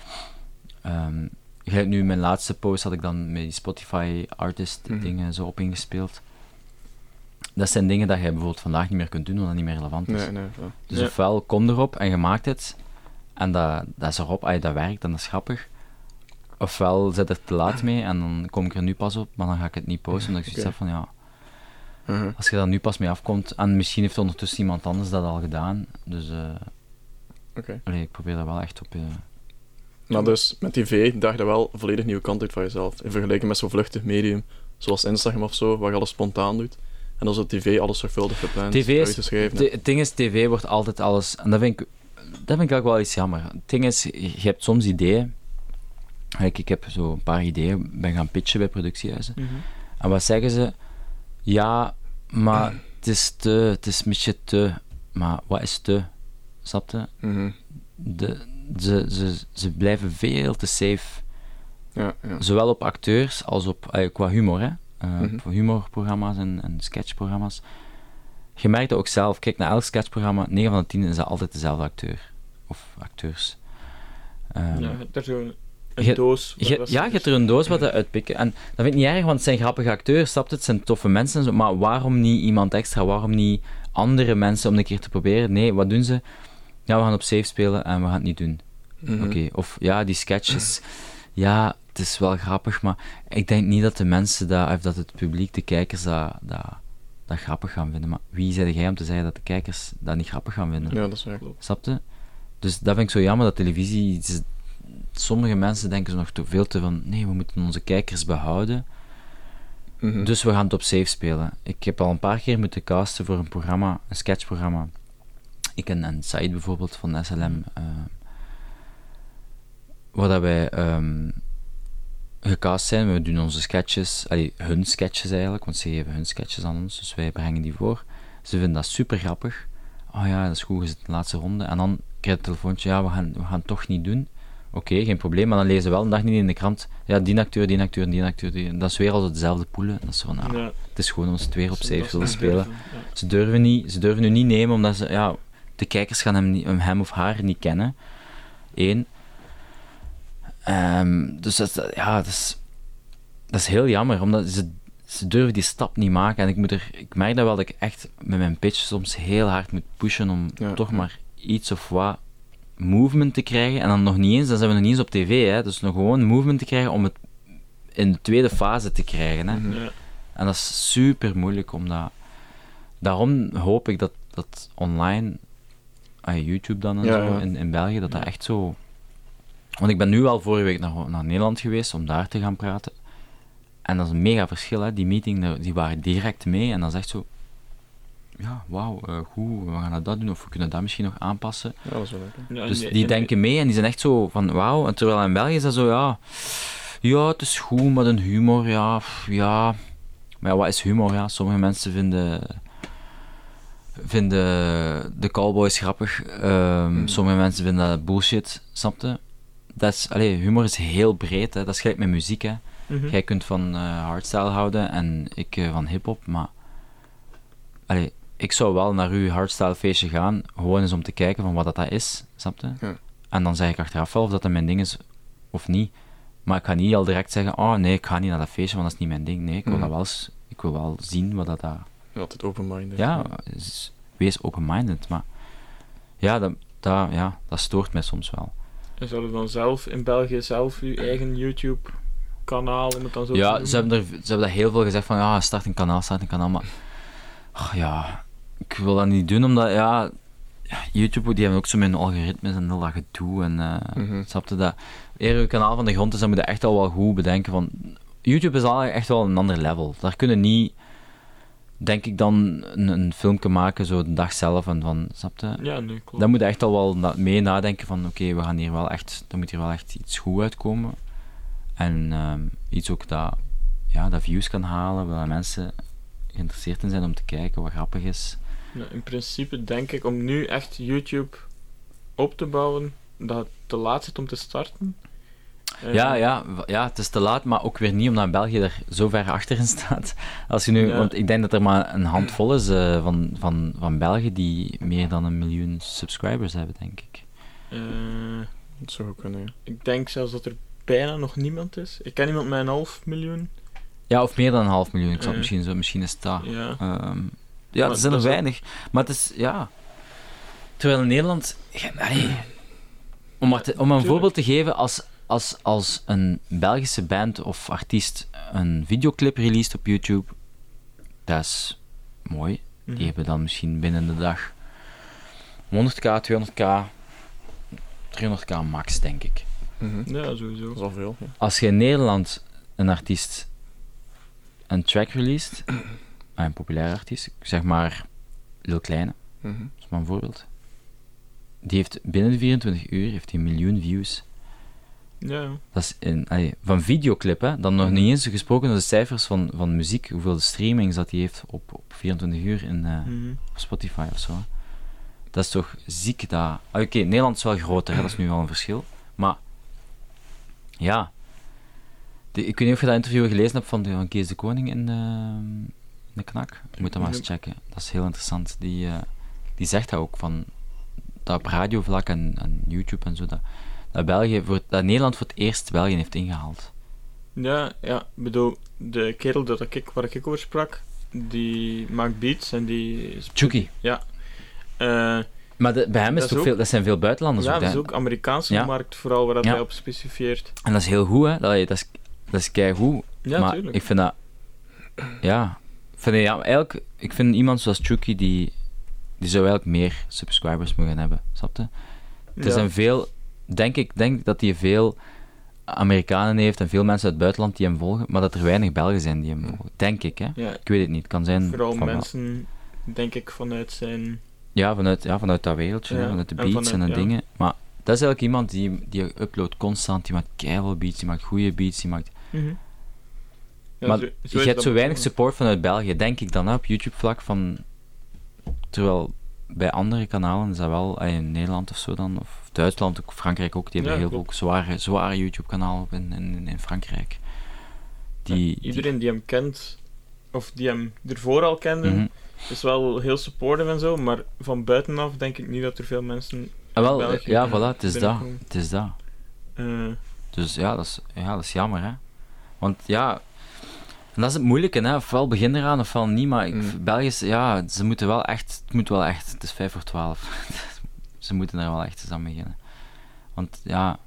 Um, gelijk nu, mijn laatste post had ik dan met die Spotify artist Mhm. dingen zo op ingespeeld. Dat zijn dingen dat je bijvoorbeeld vandaag niet meer kunt doen, omdat dat niet meer relevant is. Nee, nee. Ja. Dus Ja. ofwel kom erop en je maakt het, en dat, dat is erop, als dat werkt, en dat is grappig. Ofwel zet er te laat mee, en dan kom ik er nu pas op, maar dan ga ik het niet posten, omdat ik zoiets Oké. heb van, ja, Mhm. als je daar nu pas mee afkomt, en misschien heeft ondertussen iemand anders dat al gedaan, dus eh Oké. allee, ik probeer daar wel echt op... eh, Maar dus, met tv daag je wel volledig nieuwe content van jezelf. In vergelijking met zo'n vluchtig medium, zoals Instagram of zo, waar je alles spontaan doet. En dan is op tv alles zorgvuldig gepland, T V is, uitgeschreven. t- het ding is, tv wordt altijd alles... En dat vind ik, dat vind ik ook wel iets jammer. Het ding is, je hebt soms ideeën. Kijk, ik heb zo een paar ideeën, ben gaan pitchen bij productiehuizen. Mhm. En wat zeggen ze? Ja, maar het is te, het is een beetje te. Maar wat is te? Snap je? Mhm. De, ze, ze, ze blijven veel te safe. Ja, ja. Zowel op acteurs als op, eh, qua humor, hè. Uh, Mhm. Voor humorprogramma's en, en sketchprogramma's. Je merkt het ook zelf, kijk naar elk sketchprogramma, negen van de tien is dat altijd dezelfde acteur. Of acteurs. Um, Ja, er zo een je- doos. waar je, dat ja, ze je hebt dus- er een doos wat uitpikken. En dat vind ik niet erg, want het zijn grappige acteurs, snap je? Het zijn toffe mensen, en zo, maar waarom niet iemand extra? Waarom niet andere mensen om een keer te proberen? Nee, wat doen ze? Ja, we gaan op safe spelen en we gaan het niet doen. Mhm. Oké, of ja, die sketches. Ja, het is wel grappig, maar ik denk niet dat de mensen, dat, of dat het publiek, de kijkers, dat, dat, dat grappig gaan vinden. Maar wie zei jij om te zeggen dat de kijkers dat niet grappig gaan vinden? Ja, dat is waar. Snap je? Dus dat vind ik zo jammer, dat televisie... het is- sommige mensen denken zo nog te veel te van, nee, we moeten onze kijkers behouden, Mhm. dus we gaan het op safe spelen. Ik heb al een paar keer moeten casten voor een programma, een sketchprogramma. Ik en, en Said bijvoorbeeld van S L M, eh, waar dat wij ehm, gecast zijn. We doen onze sketches, allee, hun sketches eigenlijk, want ze geven hun sketches aan ons, dus wij brengen die voor. Ze vinden dat super grappig. Oh ja, dat is goed, je zit in de laatste ronde. En dan krijg je het telefoontje, ja, we gaan, we gaan het toch niet doen. Oké, geen probleem, maar dan lezen ze wel een dag niet in de krant, ja, die acteur, die acteur, die acteur, die... Dat is weer al dezelfde poelen. Dat is zo van, ah, Ja, het is gewoon om ze het weer op dat safe is willen niet spelen. durven, ja. Ze durven, niet, ze durven nu niet nemen, omdat ze, ja, de kijkers gaan hem, niet, hem of haar niet kennen. Eén. Ehm, dus dat, is- ja, dat is, dat is heel jammer, omdat ze, ze durven die stap niet maken. En ik, moet er, ik merk dat wel dat ik echt met mijn pitch soms heel hard moet pushen om Ja, toch ja. maar iets of wat movement te krijgen. En dan nog niet eens, dan zijn we nog niet eens op tv, hè, dus nog gewoon movement te krijgen om het in de tweede fase te krijgen. Hè. Mhm. Ja. En dat is super moeilijk, omdat... Daarom hoop ik dat, dat online, ah, YouTube dan en Ja, zo, ja. In, in België, dat dat echt zo... Want ik ben nu al vorige week naar, naar Nederland geweest om daar te gaan praten. En dat is een mega verschil, hè. Die meeting, daar- die waren direct mee. En dat is echt zo... Ja, wauw, eh, goed, we gaan dat doen, of we kunnen dat misschien nog aanpassen. Ja, dat is wel leuk. Ja, Dus en- die en- denken mee en die zijn echt zo van wauw. En terwijl in België is dat zo, ja... Ja, het is goed, maar een humor, ja... pff, ja... Maar ja, wat is humor? Ja, sommige mensen vinden vinden de Cowboys grappig. Um, Mm. Sommige mensen vinden dat bullshit, snap je? Dat is, allee, humor is heel breed, hè. Dat is gelijk met muziek. Hè. Mhm. Jij kunt van uh, hardstyle houden en ik uh, van hip-hop, maar allee, ik zou wel naar uw hardstyle feestje gaan, gewoon eens om te kijken van wat dat, dat is, snap je? Ja. En dan zeg ik achteraf wel of dat, dat mijn ding is of niet. Maar ik ga niet al direct zeggen, oh nee, ik ga niet naar dat feestje, want dat is niet mijn ding. Nee, ik wil, Mhm. dat wel, eens- ik wil wel zien wat dat... dat Altijd open-minded. ja, is- wees open-minded, maar ja dat, dat, ja, dat stoort mij soms wel. En zouden dan zelf in België zelf uw eigen YouTube-kanaal, om het dan zo te Ja, noemen? ze hebben, er, ze hebben dat heel veel gezegd van, ja, start een kanaal, start een kanaal, maar oh, ja, ik wil dat niet doen, omdat, ja, YouTube, die hebben ook zo met hun algoritmes en al dat gedoe, en uh, Mhm. snap je dat? Eer je kanaal van de grond is, dan moet je echt al wel goed bedenken van, YouTube is al echt wel een ander level, daar kunnen niet, denk ik dan, een, een filmpje maken, zo de dag zelf, en van, snap je? Ja, nee, klopt. Dan moet je echt al wel na- mee nadenken van, oké, we gaan hier wel echt, er moet hier wel echt iets goed uitkomen. En ehm, iets ook dat, ja, dat views kan halen, waar mensen geïnteresseerd in zijn om te kijken wat grappig is. Ja, in principe denk ik om nu echt YouTube op te bouwen, dat het te laat zit om te starten. Eh, Ja, ja, w- ja, het is te laat, maar ook weer niet omdat België er zo ver achterin staat. Als je nu, Ja. Want ik denk dat er maar een handvol is eh, van, van, van Belgen die meer dan een miljoen subscribers hebben, denk ik. eh, Dat zou ook kunnen, ja. ik denk zelfs dat er bijna nog niemand is. Ik ken iemand met een half miljoen. Ja, of meer dan een half miljoen. Ik zal Eh. misschien zo, misschien is dat. Ja. Ehm, ja, Maar er zijn dat er is weinig. Maar het is, ja... Terwijl in Nederland... Ja, allee, om, maar te- om een tuurlijk. voorbeeld te geven, als, als, als een Belgische band of artiest een videoclip released op YouTube, dat is mooi. Mhm. Die hebben dan misschien binnen de dag honderdduizend, tweehonderdduizend, driehonderdduizend max, denk ik. Mhm. Ja, sowieso. Dat is al veel. Ja. Als je in Nederland een artiest een track released, een populair artiest, zeg maar Lil Kleine, Mhm. dat is maar een voorbeeld. Die heeft binnen de vierentwintig uur heeft hij een miljoen views. Ja, ja. Dat is in, allee, van videoclip, hè, dan nog niet eens gesproken over de cijfers van, van muziek, hoeveel de streamings dat hij heeft op, op vierentwintig uur in eh, Mhm. op Spotify of zo. Dat is toch ziek dat... Ah, Oké, Nederland is wel groter, hè, dat is nu wel een verschil. Maar ja, de, ik weet niet of je dat interview gelezen hebt van, de, van Kees de Koning in de, in de Knak. Je moet dat maar eens checken. Dat is heel interessant. Die, eh, die zegt dat ook, van dat op radiovlak en, en YouTube en zo, dat, dat, België voor, dat Nederland voor het eerst België heeft ingehaald. Ja, ja, ik bedoel, de kerel dat ik, waar ik over sprak, die maakt beats en die... is- Chucky. Ja. Eh, Maar de, bij hem is Dat het is ook, ook- veel, dat zijn veel buitenlanders ja, ook. dat hè. is ook Amerikaanse Ja. markt vooral waar dat Ja. hij op specifieert. En dat is heel goed, hè. Dat, dat is, dat is keigoed. Ja, maar tuurlijk. ik vind dat... Ja. Ik vind, ja, eigenlijk... Ik vind iemand zoals Chucky, die... Die zou eigenlijk meer subscribers mogen hebben. Snap je? Er Ja. zijn veel... Denk ik denk dat hij veel Amerikanen heeft en veel mensen uit het buitenland die hem volgen, maar dat er weinig Belgen zijn die hem volgen. Denk ik, hè. Ja, Ik weet het niet. Het kan zijn... vooral van wel. mensen, denk ik, vanuit zijn... Ja, vanuit, ja, vanuit dat wereldje, Ja, hè, vanuit de en beats en, vanuit- de ja. dingen. Maar dat is eigenlijk iemand die, die uploadt constant, die maakt keiveel beats, die maakt goede beats, die maakt... Mhm. Ja, maar zo- je is hebt dat zo weinig begonnen. support vanuit België, denk ik dan, hè, op YouTube-vlak, van... Terwijl bij andere kanalen is dat wel, eh, in Nederland of zo dan, of Duitsland, ook Frankrijk ook, die hebben Ja, heel veel klopt. zware, zware YouTube-kanalen op in, in, in Frankrijk. Die, Ja, iedereen die hem kent, of die hem ervoor al kende, die, mhm. is wel heel supportive en zo, maar van buitenaf denk ik niet dat er veel mensen... Ah, wel, België ja, voilà, het is dat. binnenkomen. Het is dat. eh, Dus ja, dat is, ja, dat is jammer, hè. Want ja, en dat is het moeilijke, hè. Ofwel begin eraan, ofwel niet, maar ik, Mm. België, is- ja, ze moeten wel echt, het moet wel echt, het is vijf voor twaalf. Ze moeten er wel echt eens aan beginnen. Want ja,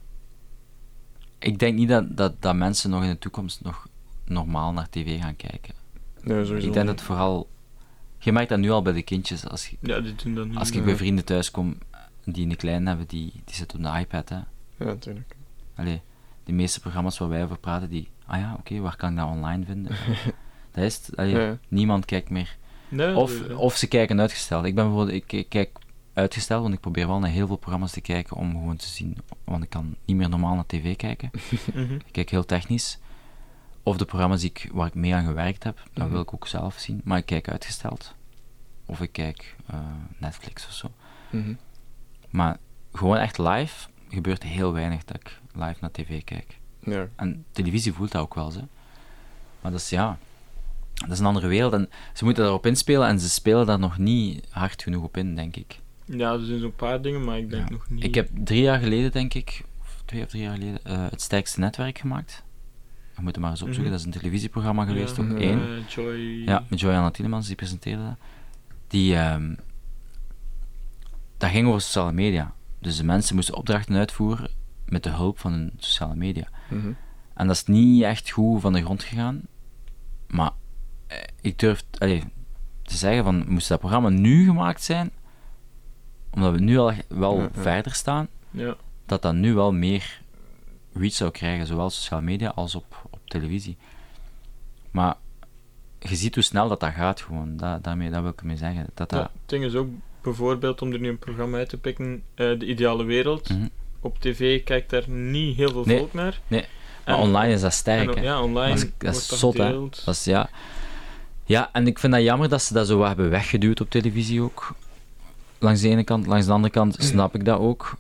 ik denk niet dat, dat, dat mensen nog in de toekomst nog normaal naar tv gaan kijken. Nee, sowieso Ik denk dat niet. vooral, je merkt dat nu al bij de kindjes, als, je, ja, die doen dat nu. als ik Ja. bij vrienden thuis kom, die een klein hebben, die, die zitten op de iPad, hè. Ja, natuurlijk. Allee, de meeste programma's waar wij over praten, die... Ah ja, oké, waar kan ik dat online vinden? Dat is het. Allee, Ja, ja. niemand kijkt meer. Nee, Of, sowieso. of ze kijken uitgesteld. Ik ben bijvoorbeeld... Ik, ik kijk uitgesteld, want ik probeer wel naar heel veel programma's te kijken om gewoon te zien... Want ik kan niet meer normaal naar tv kijken. Mhm. Ik kijk heel technisch. Of de programma's die ik, waar ik mee aan gewerkt heb, dat Mhm. wil ik ook zelf zien. Maar ik kijk uitgesteld. of ik kijk uh, Netflix of zo. Mhm. Maar gewoon echt live gebeurt heel weinig dat ik live naar tv kijk. Ja. En televisie voelt dat ook wel, zo. Maar dat is, ja... Dat is een andere wereld en ze moeten daarop inspelen en ze spelen daar nog niet hard genoeg op in, denk ik. Ja, er zijn zo'n paar dingen, maar ik denk Ja. nog niet... Ik heb drie jaar geleden, denk ik, of twee of drie jaar geleden, uh, Het Sterkste Netwerk gemaakt. Je moet het maar eens opzoeken, Mhm. dat is een televisieprogramma geweest, ja, ook Mhm. één. eh, Joy... Ja, met Joanna Tielemans, die presenteerde dat. Die, um, dat ging over sociale media. Dus de mensen moesten opdrachten uitvoeren met de hulp van hun sociale media. Mhm. En dat is niet echt goed van de grond gegaan. Maar eh, ik durf allee, te zeggen van, moest dat programma nu gemaakt zijn, omdat we nu al wel Ja, ja. verder staan, Ja. dat dat nu wel meer reach zou krijgen, zowel op sociale media als op, op televisie. Maar je ziet hoe snel dat dat gaat gewoon. Dat, daarmee, dat wil ik ermee zeggen. Dat Ja, dat, het ding is ook, bijvoorbeeld, om er nu een programma uit te pikken, eh, De Ideale Wereld. Mhm. Op tv kijkt daar niet heel veel Nee. volk naar. Nee. En- Maar online is dat en, sterk, hè. ja, online Dat is, dat wordt is zot, hè. gedeeld. Dat is, ja. ja, en ik vind dat jammer dat ze dat zo wat hebben weggeduwd op televisie ook. Langs de ene kant. Langs de andere kant snap ik dat ook.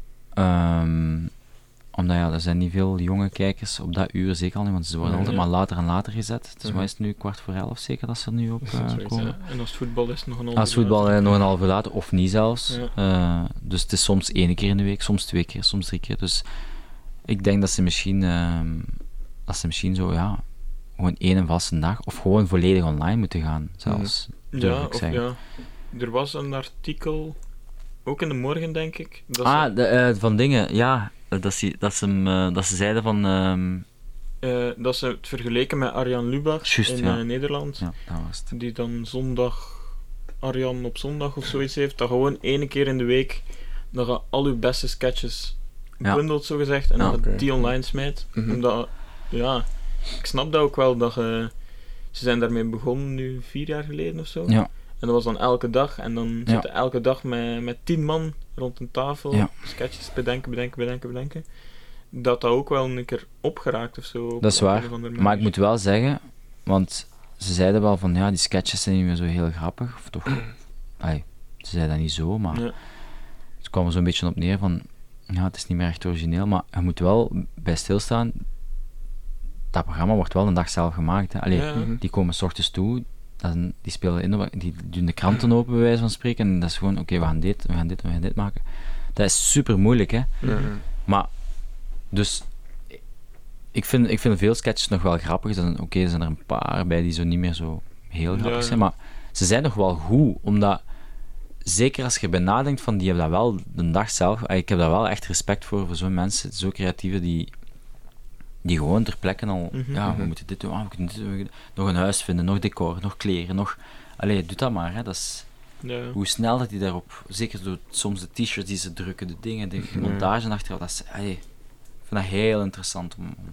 Ehm, omdat ja, er zijn niet veel jonge kijkers op dat uur, zeker al niet, want ze worden Nee, altijd ja. maar later en later gezet. Dus Mhm. wat is het nu, kwart voor elf zeker dat ze er nu op eh, Zoiets, komen? Ja, en als het voetbal is het nog een half Als uur voetbal later. eh, nog een half uur later, of niet zelfs. Ja. Eh, dus het is soms één keer in de week, soms twee keer, soms drie keer. Dus ik denk dat ze misschien, ehm, dat ze misschien zo, ja, gewoon één vaste dag, of gewoon volledig online moeten gaan, zelfs. durf Ja, ik of zeggen. ja. Er was een artikel, ook in de morgen denk ik. Dat Ah, ze, de, eh, van dingen, ja. eh, Dat ze, dat ze, hem, eh, dat ze zeiden van... ehm, eh, dat ze het vergeleken met Arjan Lubach Juist, in ja. eh, Nederland. ja, dat was het. Die dan zondag, Arjan op zondag of zoiets heeft. Dat gewoon één keer in de week, dat je al uw beste sketches Ja. bundelt, zo gezegd. En Ja. dat je Oké. die online smijt. Mhm. Omdat, ja, ik snap dat ook wel. Dat je, ze zijn daarmee begonnen nu vier jaar geleden of zo. Ja. En dat was dan elke dag. En dan Ja. zitten elke dag met, met tien man rond een tafel. Ja. Sketches bedenken, bedenken, bedenken, bedenken. Dat dat ook wel een keer opgeraakt of zo. op- Dat is op waar. een of andere Maar ik manier. moet wel zeggen, want ze zeiden wel van, ja, die sketches zijn niet meer zo heel grappig. Of toch... Allee, ze zeiden dat niet zo, maar... Ja. Het kwam er zo'n beetje op neer van... Ja, het is niet meer echt origineel, maar je moet wel bij stilstaan... Dat programma wordt wel een dag zelf gemaakt, hè. Allee, Ja. Mhm. die komen 's ochtends toe, dan, die spelen in, die doen de kranten open, bij wijze van spreken, en dat is gewoon, oké, we gaan dit, we gaan dit, we gaan dit maken. Dat is super moeilijk, hè. Ja, ja. Maar, dus... Ik vind, ik vind veel sketches nog wel grappig. Er zijn- Oké, er zijn er een paar bij die zo niet meer zo heel grappig Ja, ja. zijn, maar ze zijn nog wel goed, omdat... Zeker als je erbij nadenkt van, die hebben dat wel de dag zelf... ah, Ik heb daar wel echt respect voor, voor zo'n mensen, zo creatieve, die... Die gewoon ter plekke al... Mhm. Ja, we Mhm. moeten dit doen, ah, we kunnen dit doen, we kunnen- nog een huis vinden, nog decor, nog kleren, nog... Allee, doe dat maar, hè. Dat is... Ja. Hoe snel dat die daarop... Zeker door soms de t-shirts die ze drukken, de dingen, de montage achteraf, dat is... Allee, ik vind dat heel interessant om... om-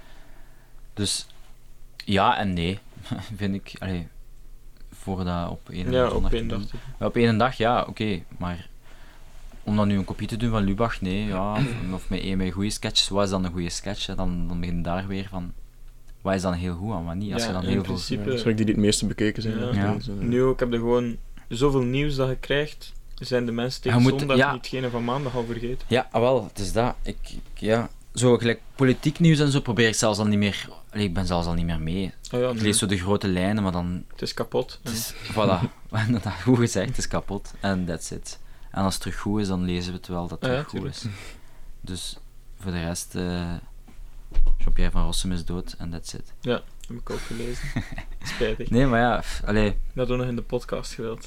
Dus... Ja en nee, vind ik... Allee, voor dat op één Ja, zondag op te één doen. dag. te doen. Ja, op één dag, ja, oké, maar om dan nu een kopie te doen van Lubach, nee, ja, of, of met één met goede sketches, wat is dan een goede sketch? Hè? Dan, dan begin je daar weer van, wat is dan heel goed aan, wat niet? Als Ja, je dan in heel veel... principe- Ja, sorry, die die het meeste bekeken zijn. Ja. of Ja. deze, Nu ook heb je gewoon zoveel nieuws dat je krijgt. Zijn de mensen tegen Je moet- zondag ja. niet hetgene van maandag al vergeten? Ja, ah, wel, het is dat. Ik, ik- ja, zo gelijk politiek nieuws en zo probeer ik zelfs al niet meer... Allee, ik ben zelfs al niet meer mee. Oh ja, Ik nee, lees zo de grote lijnen, maar dan... het is kapot. Het is, voilà, inderdaad, goed gezegd, het is kapot. En that's it. En als het terug goed is, dan lezen we het wel dat het Ah, ja, terug goed tuurlijk. is. Dus voor de rest, eh Jean-Pierre van Rossum is dood en that's it. Ja, heb ik ook gelezen. Spijtig. Nee, maar ja, pff, allee, Dat doen we nog in de podcast gewild.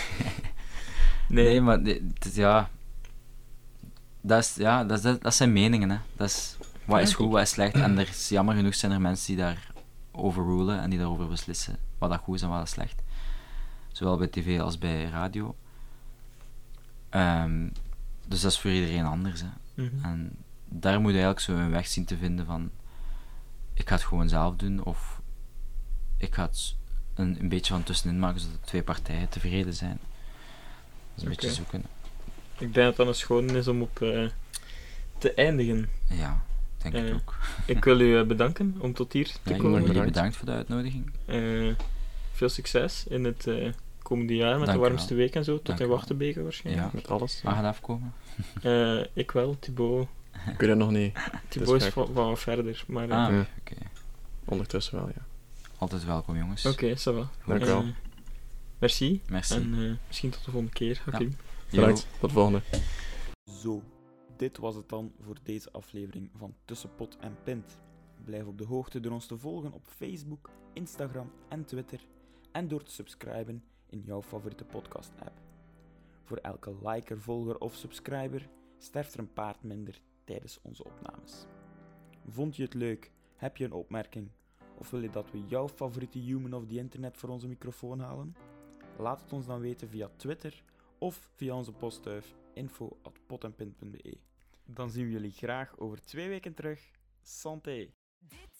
nee. nee, maar dit- het is- ja, dat, is, ja dat, is, dat zijn meningen, hè. Dat is, wat is Ja, goed, wat is slecht. En er is, jammer genoeg zijn er mensen die daar overrulen en die daarover beslissen wat dat goed is en wat dat slecht. Zowel bij tv als bij radio. Ehm, dus dat is voor iedereen anders, hè. Mhm. En daar moet je eigenlijk zo een weg zien te vinden van, ik ga het gewoon zelf doen, of ik ga het een, een beetje van tussenin maken, zodat de twee partijen tevreden zijn. Dat is een Oké. beetje zoeken. Ik denk dat dat een schoon is om op eh, te eindigen. Ja, denk ik Eh, ook. Ik wil u eh, bedanken om tot hier te Ja, ik komen. wil jullie bedankt. bedankt voor de uitnodiging. Eh, veel succes in het eh, komende jaar met Dank de u warmste wel. week en zo, tot Dank in u wel. Wachtenbeke waarschijnlijk. Met alles. Mag het afkomen? Eh, ik wel, Thibaut. Ik weet het nog niet. Thibaut is gek. van wat verder, maar... eh, Ah, Ja. oké. Ondertussen wel, ja. Altijd welkom, jongens. Oké, ça va. Dank u Eh, wel. Merci. Merci. En eh, misschien tot de volgende keer, Hakim. Yo. Bedankt. Tot de volgende. Zo, dit was het dan voor deze aflevering van Tussen Pot en Pint. Blijf op de hoogte door ons te volgen op Facebook, Instagram en Twitter en door te subscriben in jouw favoriete podcast-app. Voor elke liker, volger of subscriber sterft er een paard minder tijdens onze opnames. Vond je het leuk? Heb je een opmerking? Of wil je dat we jouw favoriete human of the internet voor onze microfoon halen? Laat het ons dan weten via Twitter of via onze postduif info at potenpint punt be. Dan zien we jullie graag over twee weken terug. Santé! Dit